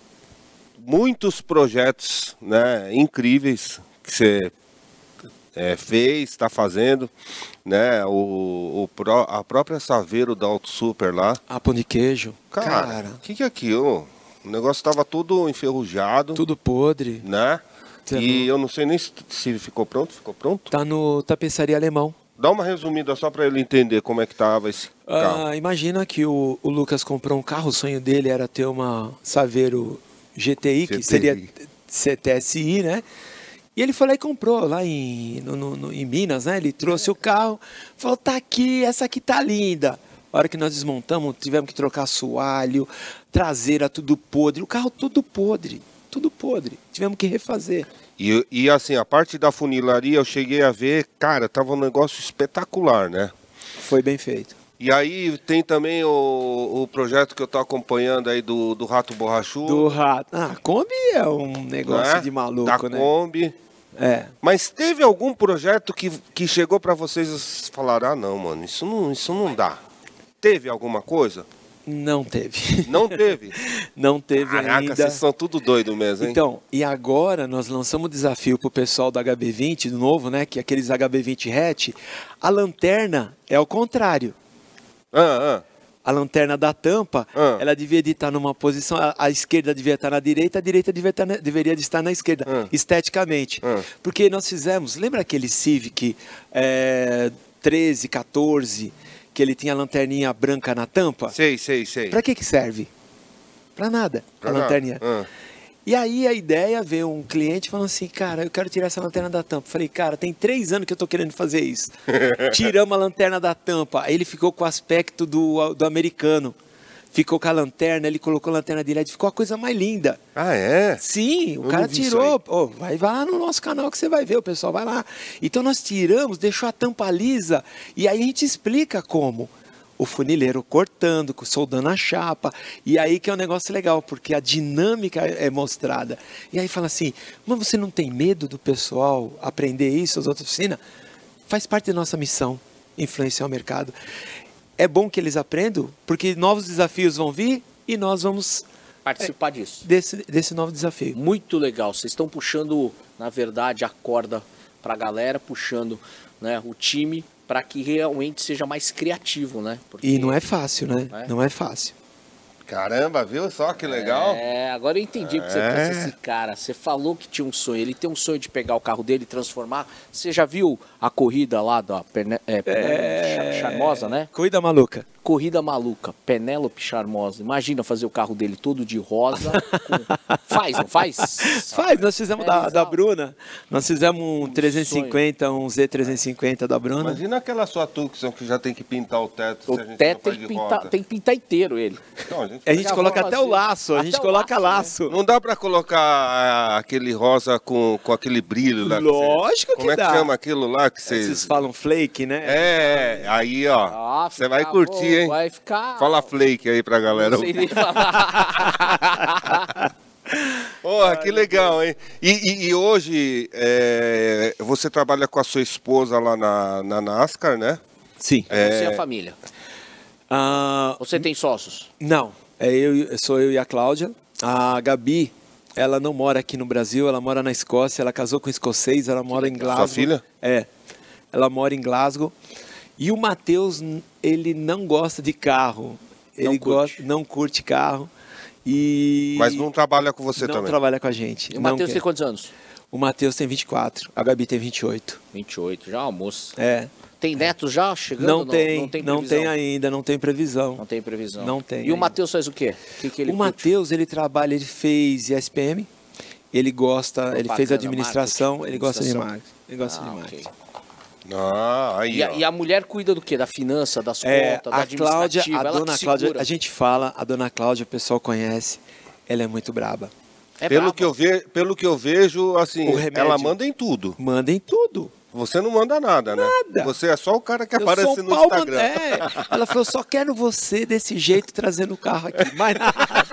muitos projetos, né, incríveis que você é, fez, está fazendo, né? O, o pró- a própria Saveiro da Auto Super lá. A pão de queijo. Cara, Cara, o que, que é aquilo? O negócio estava tudo enferrujado, tudo podre. né? Você E eu não sei nem se, se ficou pronto. Ficou pronto? Tá no tapeçaria alemão. Dá uma resumida só para ele entender como é que tava esse carro. Ah, imagina que o, o Lucas comprou um carro, o sonho dele era ter uma Saveiro G T I, que G T I. seria C T S I, né? E ele foi lá e comprou, lá em, no, no- no- em Minas, né? Ele trouxe o carro, falou, tá aqui, essa aqui tá linda. A hora que nós desmontamos, tivemos que trocar assoalho, traseira tudo podre, o carro tudo podre, tudo podre. Tivemos que refazer. E, e assim, a parte da funilaria eu cheguei a ver, cara, tava um negócio espetacular, né? Foi bem feito. E aí tem também o, o projeto que eu tô acompanhando aí do, do Rato Borrachudo. Do rato. Ah, a Kombi é um negócio né? de maluco, da né? Kombi. É. Mas teve algum projeto que, que chegou pra vocês e falaram, ah não, mano, isso não, isso não dá. Teve alguma coisa? Não teve. Não teve? Não teve Caraca, ainda. vocês são tudo doido mesmo, hein? Então, e agora nós lançamos o desafio pro pessoal da H B vinte, do novo, né? Que é aqueles H B vinte hatch. A lanterna é ao contrário. Ah, ah. A lanterna da tampa, Ah. ela devia de estar numa posição, a, a esquerda devia estar na direita, a direita devia estar na- deveria de estar na esquerda, Ah. esteticamente. Ah. Porque nós fizemos, lembra aquele Civic é, treze, quatorze, que ele tinha a lanterninha branca na tampa? Sei, sei, sei. Para que que serve? Para nada, Pra a nada. lanterninha. Ah. E aí a ideia veio um cliente falando assim, cara, eu quero tirar essa lanterna da tampa. Falei, cara, tem três anos que eu tô querendo fazer isso. Tiramos a lanterna da tampa. Aí ele ficou com o aspecto do, do americano. Ficou com a lanterna, ele colocou a lanterna de L E D, ficou a coisa mais linda. Ah, é? Sim, o Eu cara não vi isso tirou. aí. Pô, vai, vai lá no nosso canal que você vai ver, o pessoal vai lá. Então nós tiramos, deixou a tampa lisa e aí a gente explica como. O funileiro cortando, soldando a chapa. E aí que é um negócio legal, porque a dinâmica é mostrada. E aí fala assim, mas você não tem medo do pessoal aprender isso, as outras oficinas? Faz parte da nossa missão, influenciar o mercado. É bom que eles aprendam, porque novos desafios vão vir e nós vamos Participar disso. desse, desse novo desafio. Muito legal. Vocês estão puxando, na verdade, a corda para a galera, puxando, né, o time para que realmente seja mais criativo, né? Porque- E não é fácil, né? É. Não é fácil. Caramba, viu só que legal? É, agora eu entendi que você É. pensa esse cara. Você falou que tinha um sonho. Ele tem um sonho de pegar o carro dele e transformar. Você já viu a corrida lá da Perne... é, Penélope Charmosa, né? Corrida maluca. Corrida maluca, Penélope Charmosa. Imagina fazer o carro dele todo de rosa. com- Faz, não faz? Faz, nós fizemos É, da, exato. da Bruna. Nós fizemos um trezentos e cinquenta, um Z trezentos e cinquenta da Bruna. Imagina aquela sua Tucson que já tem que pintar o teto O se a gente teto não tem faz que, de pintar, roda. tem que pintar inteiro ele. Então, a gente A gente Já coloca vamos até o fazer. laço, a Até gente o coloca laço, laço. Não dá pra colocar ah, aquele rosa com, com aquele brilho lá. que Lógico você... que Como é que dá. chama aquilo lá que vocês... Vocês falam flake, né? É, aí ó, Ah, você fica vai curtir, bom, hein? Vai ficar... Fala flake aí pra galera. Não sei nem falar. Porra, que legal, hein? E, e- e hoje é, você trabalha com a sua esposa lá na, na NASCAR, né? Sim. É. Você e a família. Ah, Você tem sócios? não, é eu, sou eu e a Cláudia. A Gabi, ela não mora aqui no Brasil, ela mora na Escócia, ela casou com um escocês, ela mora em Glasgow. Sua filha? É, ela mora em Glasgow. E o Matheus, ele não gosta de carro. Não Ele curte. gosta, não curte carro. E Mas não trabalha com você não também. trabalha com a gente. E o não Matheus quer. tem quantos anos? O Matheus tem vinte e quatro, a Gabi tem vinte e oito. vinte e oito, já é uma moça. É. Tem netos já chegando? Não, tem, não tem, não previsão? tem ainda, não tem previsão. Não tem previsão. Não tem E o ainda. Matheus faz o quê? O que, que ele O curte? Matheus, ele trabalha, ele fez I S P M, ele gosta, ele Propaganda, fez administração, marketing, ele gosta de administração. marketing. Ele gosta de Ah, marketing. ok. Ah, aí, E a, ó. e a mulher cuida do quê? Da finança, das É, contas, da a Cláudia, administrativa? a Ela dona que Cláudia, segura. a gente fala, a dona Cláudia, o pessoal conhece, ela é muito braba. É pelo, brava. que eu ve, pelo que eu vejo, assim, O remédio. ela manda em tudo. Manda em tudo. Você não manda nada, né? Nada. Você é só o cara que Eu aparece sou no pau, Instagram. mano. É. Ela falou, só quero você desse jeito trazendo o carro aqui. Mais nada.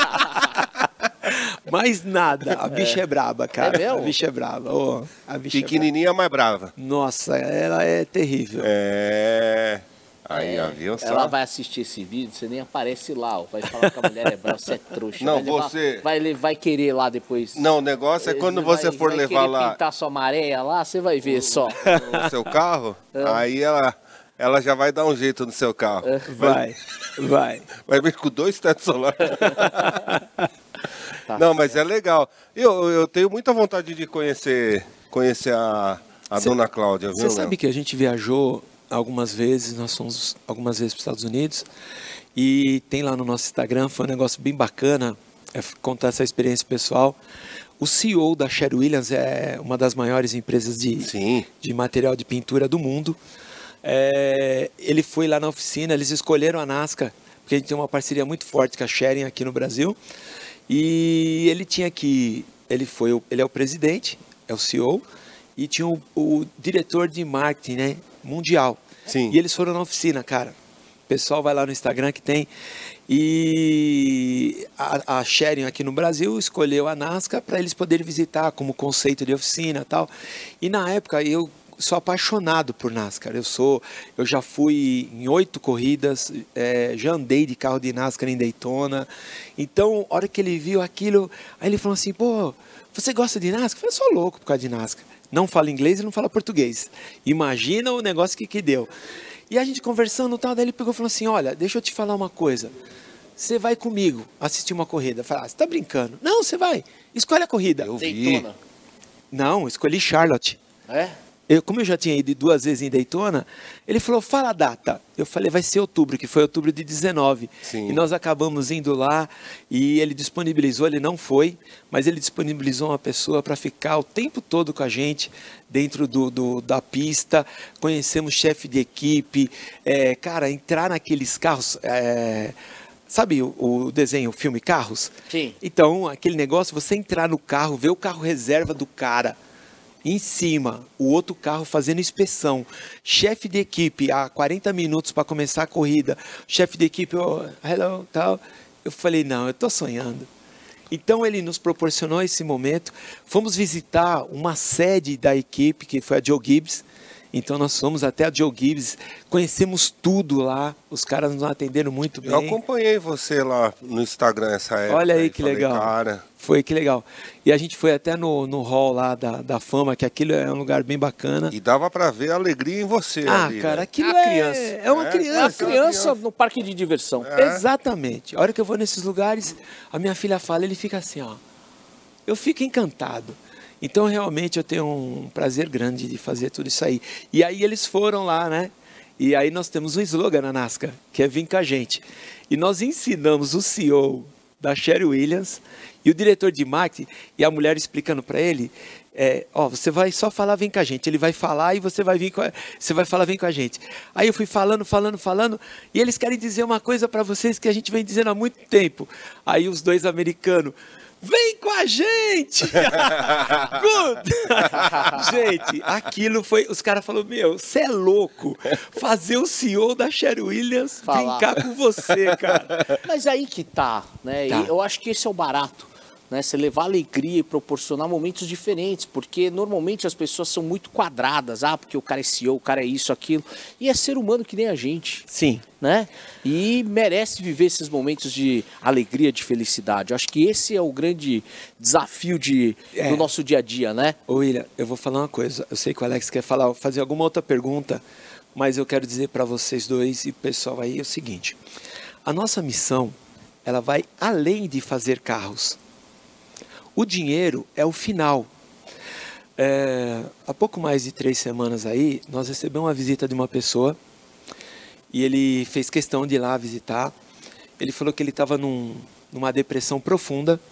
Mais nada. A bicha é, é braba, cara. É mesmo? A bicha é braba. Oh, a bicha Pequenininha, é braba. mais brava. Nossa, ela é terrível. É... Aí, ó, viu só? Ela vai assistir esse vídeo, você nem aparece lá, ó. Vai falar que a mulher é brava, você é trouxa. Não, vai levar, você- Vai, vai querer lá depois. Não, o negócio é quando você vai, for vai levar querer lá pintar sua maréia lá, você vai ver só. o seu carro, aí ela, ela já vai dar um jeito no seu carro. Vai, vai. Vai vir com dois tetos solares. Tá Não, mas é legal. Eu, eu tenho muita vontade de conhecer, conhecer a, a Cê- dona Cláudia, viu? Você Léo? sabe que a gente viajou algumas vezes, nós fomos algumas vezes para os Estados Unidos e tem lá no nosso Instagram, foi um negócio bem bacana, é contar essa experiência pessoal. O C E O da Sherwin Williams é uma das maiores empresas de, Sim. de material de pintura do mundo. É, ele foi lá na oficina, eles escolheram a Nazca, porque a gente tem uma parceria muito forte com a Sherwin aqui no Brasil. E ele tinha que, ele foi, o- ele é o presidente, é o C E O, e tinha o, o diretor de marketing, né, mundial. Sim. E eles foram na oficina, cara. O pessoal vai lá no Instagram que tem. E a, a Sherwin aqui no Brasil escolheu a Nazca para eles poderem visitar como conceito de oficina e tal. E na época eu sou apaixonado por NASCAR. Eu sou, eu já fui em oito corridas, é, já andei de carro de NASCAR em Daytona. Então, a hora que ele viu aquilo, aí ele falou assim: pô, você gosta de NASCAR? Eu falei, sou louco por causa de NASCAR. Não fala inglês e não fala português. Imagina o negócio que, que deu. E a gente conversando e tal, daí ele pegou e falou assim: olha, deixa eu te falar uma coisa. Você vai comigo assistir uma corrida. Eu falei, ah, você tá brincando? Não, você vai. Escolhe a corrida. Eu vi. Daytona. Não, escolhi Charlotte. É? Eu, como eu já tinha ido duas vezes em Daytona, ele falou, fala a data. Eu falei, vai ser outubro, que foi outubro de dezenove. Sim. E nós acabamos indo lá e ele disponibilizou, ele não foi, mas ele disponibilizou uma pessoa para ficar o tempo todo com a gente dentro do, do- da pista. Conhecemos chefe de equipe, é, cara, entrar naqueles carros... é, sabe o, o desenho, o filme Carros? Sim. Então, aquele negócio, você entrar no carro, ver o carro reserva do cara, em cima, o outro carro fazendo inspeção, chefe de equipe, há quarenta minutos para começar a corrida, chefe de equipe, oh, hello, tal. Eu falei, não, eu estou sonhando. Então ele nos proporcionou esse momento, fomos visitar uma sede da equipe, que foi a Joe Gibbs. Então nós fomos até a Joe Gibbs, conhecemos tudo lá, os caras nos atenderam muito bem. Eu acompanhei você lá no Instagram essa época. Olha aí e que falei, legal. Cara, Foi que legal. E a gente foi até no, no hall lá da, da fama, que aquilo é um lugar bem bacana. e dava pra ver a alegria em você Ah, ali, cara, né? aquilo É uma é, criança. é uma É, É uma criança. criança no parque de diversão. É. Exatamente. A hora que eu vou nesses lugares, a minha filha fala, ele fica assim, ó. Eu fico encantado. Então, realmente, eu tenho um prazer grande de fazer tudo isso aí. E aí eles foram lá, né? E aí nós temos um slogan na NASCAR, que é Vem com a gente. E nós ensinamos o C E O da Sherwin Williams e o diretor de marketing, e a mulher explicando para ele, é, ó, você vai só falar vem com a gente. Ele vai falar e você vai vir com a, você vai falar vem com a gente. Aí eu fui falando, falando, falando, e eles querem dizer uma coisa para vocês que a gente vem dizendo há muito tempo. Aí os dois americanos, vem com a gente! Good! Gente, aquilo foi... Os caras falaram, meu, você é louco. Fazer o C E O da Sherwin Williams Falar. brincar com você, cara. Mas aí que tá, né? Tá. E eu acho que esse é o barato, né? Você levar alegria e proporcionar momentos diferentes, porque normalmente as pessoas são muito quadradas, ah, porque o cara é C E O, o cara é isso, aquilo, e é ser humano que nem a gente, Sim. né? E merece viver esses momentos de alegria, de felicidade. Eu acho que esse é o grande desafio de, É. do nosso dia a dia, né? Ô, William, eu vou falar uma coisa. Eu sei que o Alex quer falar, fazer alguma outra pergunta, mas eu quero dizer para vocês dois e pessoal aí o seguinte. A nossa missão, ela vai além de fazer carros. O dinheiro é o final. É, há pouco mais de três semanas aí, nós recebemos uma visita de uma pessoa e ele fez questão de ir lá visitar. Ele falou que ele estava num, numa depressão profunda.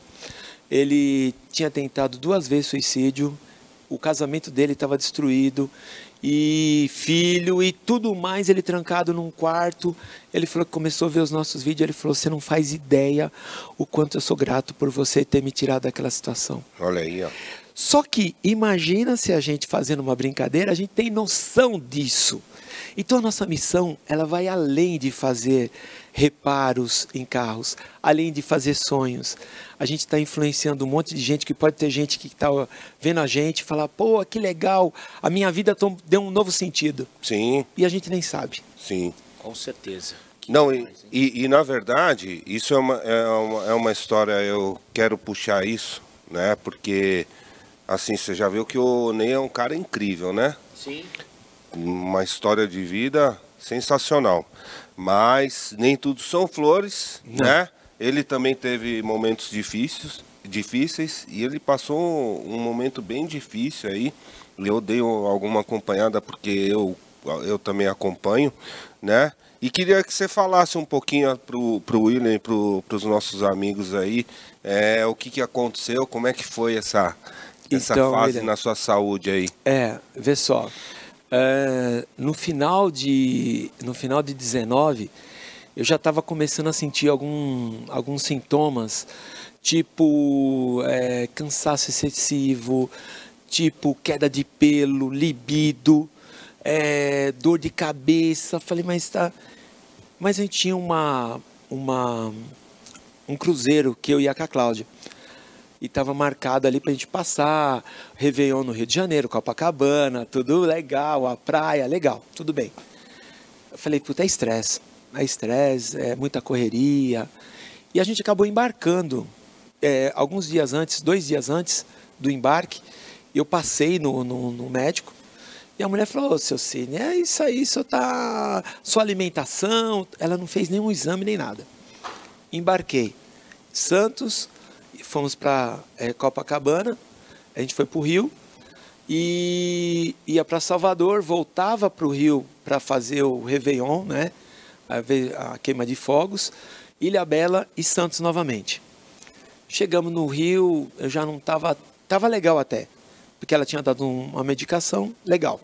Ele tinha tentado duas vezes suicídio. O casamento dele estava destruído e filho e tudo mais, ele trancado num quarto. Ele falou que começou a ver os nossos vídeos, ele falou, você não faz ideia o quanto eu sou grato por você ter me tirado daquela situação. Olha aí, ó. Só que imagina se a gente fazendo uma brincadeira, a gente tem noção disso. Então a nossa missão, ela vai além de fazer reparos em carros, além de fazer sonhos. A gente está influenciando um monte de gente, que pode ter gente que está vendo a gente e falar, pô, que legal, a minha vida tom- deu um novo sentido. Sim, E a gente nem sabe. sim. Com certeza. Que Não, e, demais, hein? e, e, na verdade, isso é uma, é, uma, é uma história, eu quero puxar isso, né? Porque, assim, você já viu que o Ney é um cara incrível, né? Sim. Uma história de vida sensacional. Mas nem tudo são flores, Não. né? Ele também teve momentos difíceis, difíceis e ele passou um, um momento bem difícil aí. Eu dei alguma acompanhada porque eu, eu também acompanho, né? E queria que você falasse um pouquinho pro, pro William e pro, pros nossos amigos aí, é, o que, que aconteceu, como é que foi essa, essa Então, fase William, na sua saúde aí. É, vê só. É, no final de no final de dezenove, eu já estava começando a sentir algum, alguns sintomas, tipo é, cansaço excessivo, tipo queda de pelo, libido, é, dor de cabeça. Falei, mas tá. Mas a gente tinha uma, uma, um cruzeiro que eu ia com a Cláudia. E estava marcado ali para a gente passar, Réveillon no Rio de Janeiro, Copacabana, tudo legal, a praia, legal, tudo bem. Eu falei, puta, é estresse, é estresse, é muita correria. E a gente acabou embarcando. É, alguns dias antes, dois dias antes do embarque, eu passei no, no, no médico e a mulher falou, ô, seu Cine, é isso aí, isso tá... sua alimentação... Ela não fez nenhum exame nem nada. Embarquei. Santos... Fomos para é, Copacabana, a gente foi para o Rio e ia para Salvador, voltava para o Rio para fazer o Réveillon, né? a, a queima de fogos, Ilhabela e Santos novamente. Chegamos no Rio, eu já não estava, estava legal até, porque ela tinha dado um, uma medicação legal.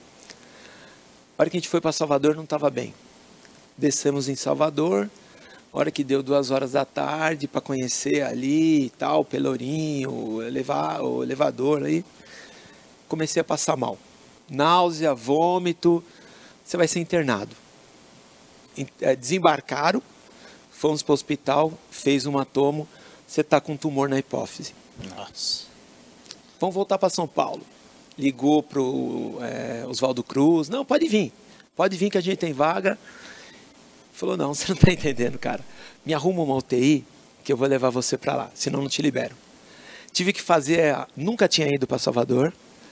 A hora que a gente foi para Salvador não estava bem. Descemos em Salvador. A hora que deu duas horas da tarde para conhecer ali e tal, o Pelourinho, o, eleva, o elevador aí, comecei a passar mal. Náusea, vômito, você vai ser internado. Desembarcaram, fomos para o hospital, fez uma tomo, você está com tumor na hipófise. Nossa. Vamos voltar para São Paulo. Ligou para o é, Oswaldo Cruz, não, pode vir, pode vir que a gente tem vaga. Falou, não, você não está entendendo, cara. Me arruma uma U T I que eu vou levar você para lá, senão não te libero. Tive que fazer, nunca tinha ido para Salvador.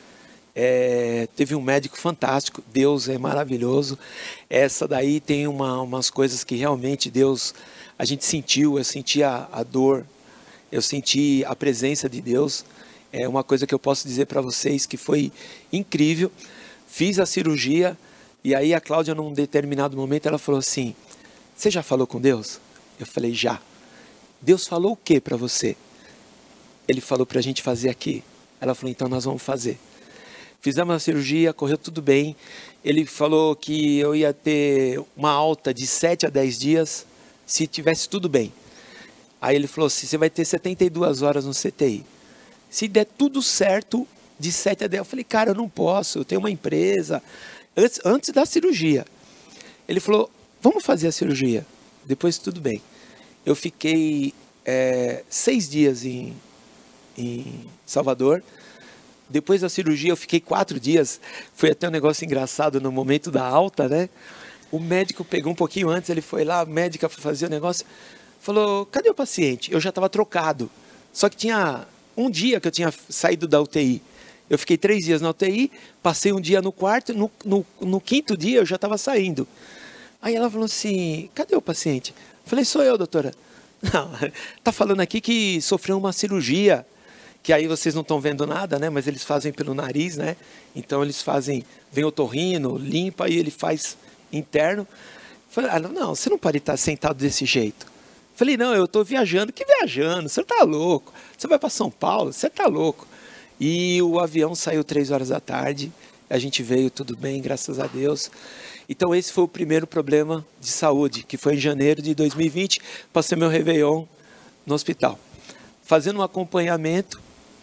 É, teve um médico fantástico, Deus é maravilhoso. Essa daí tem uma, umas coisas que realmente Deus, a gente sentiu, eu senti a, a dor, eu senti a presença de Deus. É uma coisa que eu posso dizer para vocês que foi incrível. Fiz a cirurgia e aí a Cláudia, num determinado momento, ela falou assim, você já falou com Deus? Eu falei, já. Deus falou o que para você? Ele falou para a gente fazer aqui. Ela falou, então nós vamos fazer. Fizemos a cirurgia, correu tudo bem. Ele falou que eu ia ter uma alta de sete a dez dias, se tivesse tudo bem. Aí ele falou assim, você vai ter setenta e duas horas no C T I. Se der tudo certo, de sete a dez, eu falei, cara, eu não posso, eu tenho uma empresa. Antes, antes da cirurgia. Ele falou, vamos fazer a cirurgia. Depois tudo bem. Eu fiquei é, seis dias em, em Salvador. Depois da cirurgia eu fiquei quatro dias. Foi até um negócio engraçado no momento da alta, né? O médico pegou um pouquinho antes, ele foi lá, a médica foi fazer o negócio. Falou, cadê o paciente? Eu já estava trocado. Só que tinha um dia que eu tinha saído da U T I. Eu fiquei três dias na U T I, passei um dia no quarto, no, no, no quinto dia eu já estava saindo. Aí ela falou assim, cadê o paciente? Falei, sou eu, doutora. Não, tá falando aqui que sofreu uma cirurgia, que aí vocês não estão vendo nada, né? Mas eles fazem pelo nariz, né? Então eles fazem, vem o otorrino, limpa e ele faz interno. Falei, ah, não, não, você não pode estar sentado desse jeito. Falei, não, eu estou viajando. Que viajando? Você tá louco. Você vai para São Paulo? Você tá louco. E o avião saiu três horas da tarde. a gente veio tudo bem, graças a Deus. Então esse foi o primeiro problema de saúde, que foi em janeiro de dois mil e vinte, passei meu Réveillon no hospital. Fazendo um acompanhamento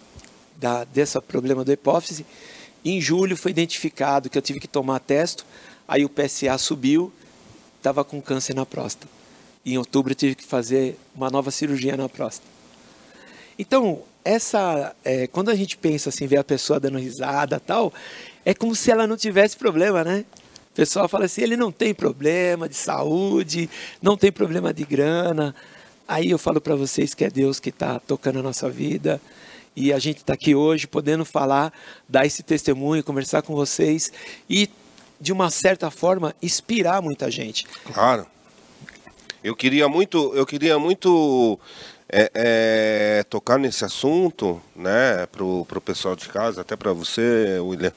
da, desse problema da hipófise, em julho foi identificado que eu tive que tomar testo, aí o P S A subiu, estava com câncer na próstata. Em outubro eu tive que fazer uma nova cirurgia na próstata. Então, essa, é, quando a gente pensa assim, ver a pessoa dando risada e tal, é como se ela não tivesse problema, né? O pessoal fala assim, ele não tem problema de saúde, não tem problema de grana. Aí eu falo para vocês que é Deus que está tocando a nossa vida. E a gente está aqui hoje podendo falar, dar esse testemunho, conversar com vocês e, de uma certa forma, inspirar muita gente. Claro. Eu queria muito, eu queria muito é, é, tocar nesse assunto, né, pro, pro pessoal de casa, até para você, William,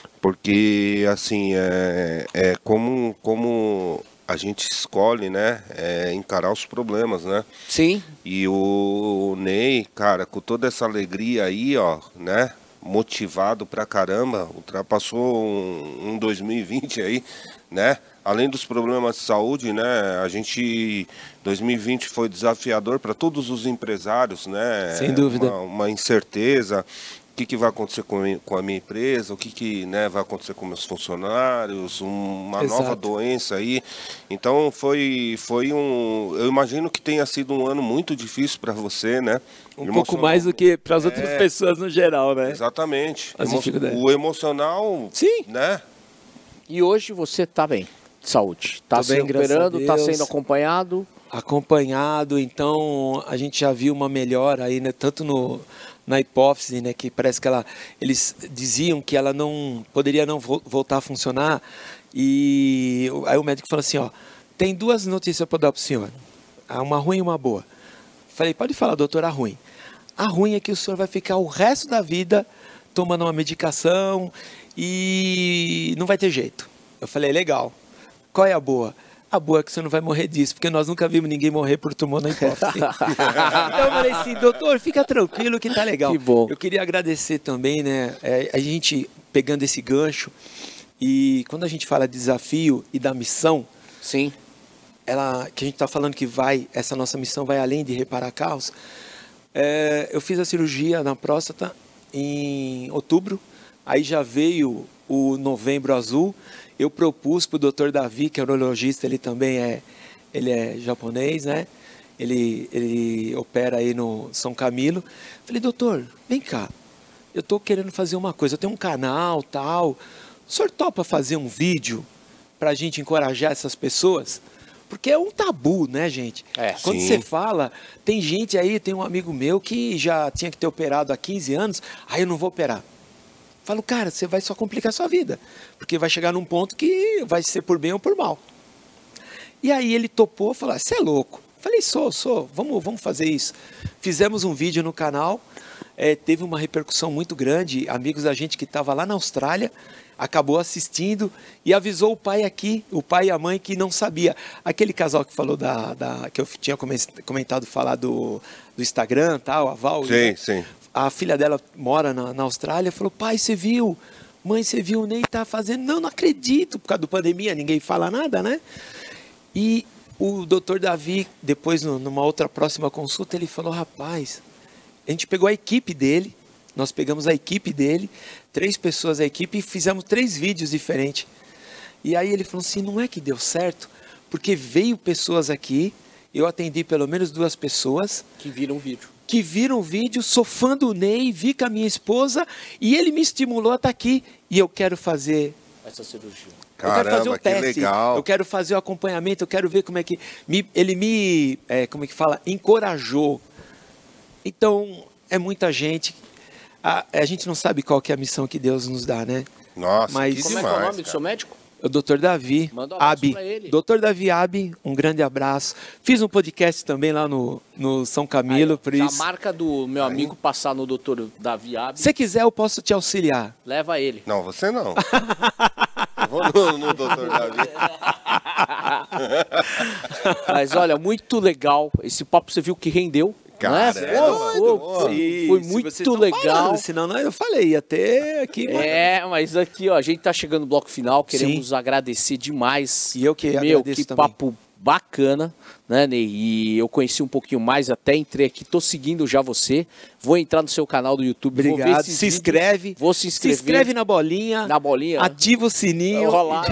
porque assim é, é como, como a gente escolhe, né, é, encarar os problemas, né? Sim. E o Ney, cara, com toda essa alegria aí, ó, né? Motivado pra caramba, ultrapassou um, um dois mil e vinte aí, né? Além dos problemas de saúde, né? A gente, dois mil e vinte foi desafiador para todos os empresários, né? Sem dúvida. Uma, uma incerteza. O que, que vai acontecer com, com a minha empresa, o que, que né, vai acontecer com meus funcionários, uma Exato. nova doença aí. Então foi, foi um. Eu imagino que tenha sido um ano muito difícil para você, né? Um Emocional. pouco mais do que para as outras É. pessoas no geral, né? Exatamente. As Emo- dificuldades. O emocional, Sim. né? E hoje você está bem, de saúde. Está Tô se bem, graças a recuperando, está Deus. sendo acompanhado. Acompanhado, então a gente já viu uma melhora aí, né? Tanto no, na hipófise, né? Que parece que ela, eles diziam que ela não poderia não vo- voltar a funcionar. E o- aí o médico falou assim, ó, tem duas notícias para dar para o senhor, uma ruim e uma boa. Falei, pode falar, doutor, a ruim. A ruim é que o senhor vai ficar o resto da vida tomando uma medicação e não vai ter jeito. Eu falei, legal. Qual é a boa? A boa é que você não vai morrer disso, porque nós nunca vimos ninguém morrer por tumor na hipófise. Então eu falei assim, doutor, fica tranquilo que tá legal. Que bom. Eu queria agradecer também, né, é, a gente pegando esse gancho, e quando a gente fala de desafio e da missão, Sim. ela, que a gente está falando que vai, essa nossa missão vai além de reparar carros, é, eu fiz a cirurgia na próstata em outubro, aí já veio o novembro azul, eu propus para o doutor Davi, que é urologista, ele também é, ele é japonês, né? Ele, ele opera aí no São Camilo. Falei, doutor, vem cá, eu estou querendo fazer uma coisa, eu tenho um canal, tal, o senhor topa fazer um vídeo para a gente encorajar essas pessoas? Porque é um tabu, né, gente? É. Quando Sim. você fala, tem gente aí, tem um amigo meu que já tinha que ter operado há quinze anos, aí eu não vou operar. Falo, cara, você vai só complicar a sua vida, porque vai chegar num ponto que vai ser por bem ou por mal. E aí ele topou, falou, você é louco. Falei, sou, sou, vamos, vamos fazer isso. Fizemos um vídeo no canal, é, teve uma repercussão muito grande, amigos da gente que estava lá na Austrália, acabou assistindo e avisou o pai aqui, o pai e a mãe que não sabia. Aquele casal que falou da, da que eu tinha comentado falar do, do Instagram, tal, a Val. Sim, né? sim. A filha dela mora na, na Austrália, falou, pai, você viu? Mãe, você viu o Ney tá fazendo? Não, não acredito, por causa da pandemia, ninguém fala nada, né? E o doutor Davi, depois no, numa outra próxima consulta, ele falou, rapaz, a gente pegou a equipe dele, nós pegamos a equipe dele, três pessoas da equipe e fizemos três vídeos diferentes. E aí ele falou assim, não é que deu certo? Porque veio pessoas aqui, eu atendi pelo menos duas pessoas, Que vira um vídeo. que viram o vídeo, sou fã do Ney, vi com a minha esposa e ele me estimulou a estar aqui e eu quero fazer, Essa cirurgia. eu quero fazer Caramba, o que teste, legal. eu quero fazer o acompanhamento, eu quero ver como é que me- ele me, é, como é que fala, encorajou. Então é muita gente, a, a gente não sabe qual que é a missão que Deus nos dá, né? Nossa, Mas- que Como demais, é que é o nome do cara. seu médico? O doutor Davi, Manda um abraço Abi, pra ele. doutor Davi Abi, um grande abraço. Fiz um podcast também lá no, no São Camilo, Aí, por já isso. marca do meu amigo passar no doutor Davi Abi, Se quiser, eu posso te auxiliar. leva ele. Não, você não. Eu vou no, no doutor Davi. Mas olha, muito legal. Esse papo você viu que rendeu. Cara, Não é é? Pô, doido, pô, pô. foi, foi Se muito vocês tão legal. falando, senão não, eu falei, ia ter aqui. É, mas aqui, ó, a gente tá chegando no bloco final, queremos Sim. agradecer demais. E eu que Meu, agradeço que também. papo bacana, né, Ney? E eu conheci um pouquinho mais, até entrei aqui, tô seguindo já você. Vou entrar no seu canal do YouTube, vou ver Obrigado. esses Se vídeos, inscreve. Vou se Se inscrever. inscreve na bolinha. Na bolinha. Ativa o sininho. Rolar.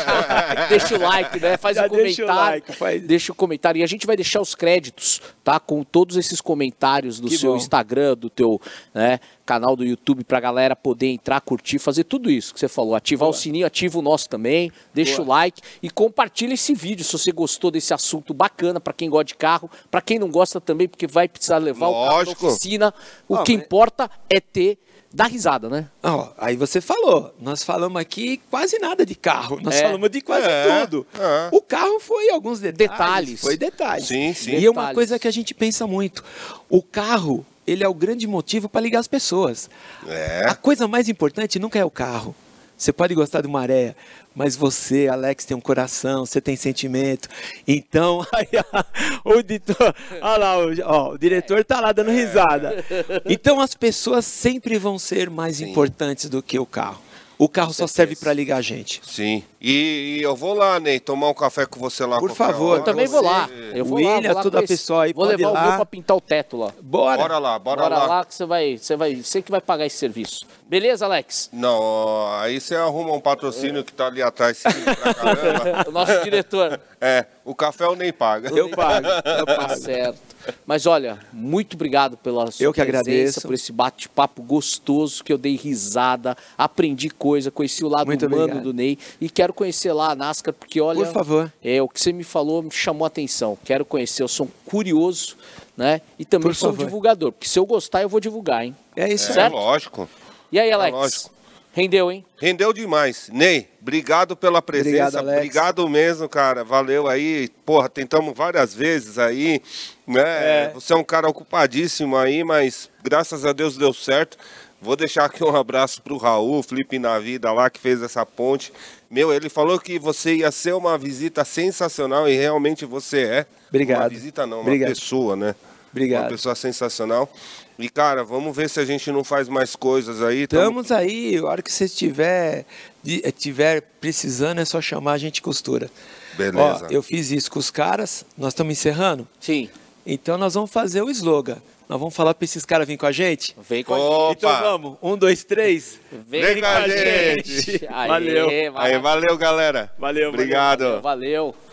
Deixa o like, né? Faz Já um comentário. deixa o like, faz- Deixa o comentário. E a gente vai deixar os créditos, tá? Com todos esses comentários do Que seu bom. Instagram, do teu, né, canal do YouTube, pra galera poder entrar, curtir, fazer tudo isso que você falou. Ativar Boa. o sininho, ativa o nosso também. Deixa Boa. o like e compartilha esse vídeo se você gostou desse assunto bacana pra quem gosta de carro, pra quem não gosta também, porque vai precisar levar o carro Lógico. na oficina. O Ah, que mas- importa é ter, dar risada, né? Ó, aí você falou, nós falamos aqui quase nada de carro, nós É. falamos de quase É, tudo. é. O carro foi alguns detalhes. Detalhes. Foi detalhes. Sim, sim. E é uma Detalhes. coisa que a gente pensa muito. O carro, ele é o grande motivo para ligar as pessoas. É. A coisa mais importante nunca é o carro. Você pode gostar de uma areia, mas você, Alex, tem um coração, você tem sentimento. Então, aí, ó, o, ditor, olha lá, o, ó, o diretor tá lá dando risada. Então, as pessoas sempre vão ser mais importantes do que o carro. O carro só serve para ligar a gente. Sim. E, e eu vou lá, Ney, tomar um café com você lá. Por qualquer favor, hora. Eu também vou lá. Eu vou lá, William, vou lá toda a conhecer. pessoa aí Vou pode ir levar o lá. meu pra pintar o teto lá. Bora. Bora lá, bora, Bora lá. lá que você vai, você vai, você que vai pagar esse serviço. Beleza, Alex? Não, ó, aí você arruma um patrocínio que tá ali atrás, seguindo pra caramba. O nosso diretor. É, o café eu nem paga. Eu pago, eu Tá pago. certo. Mas olha, muito obrigado pela sua Eu que presença, agradeço. por esse bate-papo gostoso que eu dei risada, aprendi coisa, conheci o lado Muito humano obrigado. do Ney e quero conhecer lá a NASCAR porque olha, Por favor. é o que você me falou me chamou a atenção. Quero conhecer, eu sou um curioso, né? E também Por sou um favor. divulgador, porque se eu gostar eu vou divulgar, hein? É isso É, aí. certo? lógico. E aí, Alex? lógico. Rendeu, hein? Rendeu demais. Ney, obrigado pela presença. Obrigado, Alex. Obrigado mesmo, cara. Valeu aí. Porra, tentamos várias vezes aí, né? É. Você é um cara ocupadíssimo aí, mas graças a Deus deu certo. Vou deixar aqui um abraço pro Raul, Felipe na vida lá, que fez essa ponte. Meu, ele falou que você ia ser uma visita sensacional e realmente você é. Obrigado. Uma visita não, uma Obrigado. pessoa, né? Obrigado. Uma pessoa sensacional. E, cara, vamos ver se a gente não faz mais coisas aí. Tamo- Estamos aí, a hora que você estiver, de- estiver precisando, é só chamar, a gente costura. Beleza. Ó, eu fiz isso com os caras, nós estamos encerrando. Sim. Então nós vamos fazer o slogan. Nós vamos falar para esses caras virem com a gente? Vem com a Opa! Então vamos. Um, dois, três. Vem, Vem com a gente. Aê, Valeu. vai Aí, lá. valeu, galera. Valeu, valeu, Obrigado. Valeu.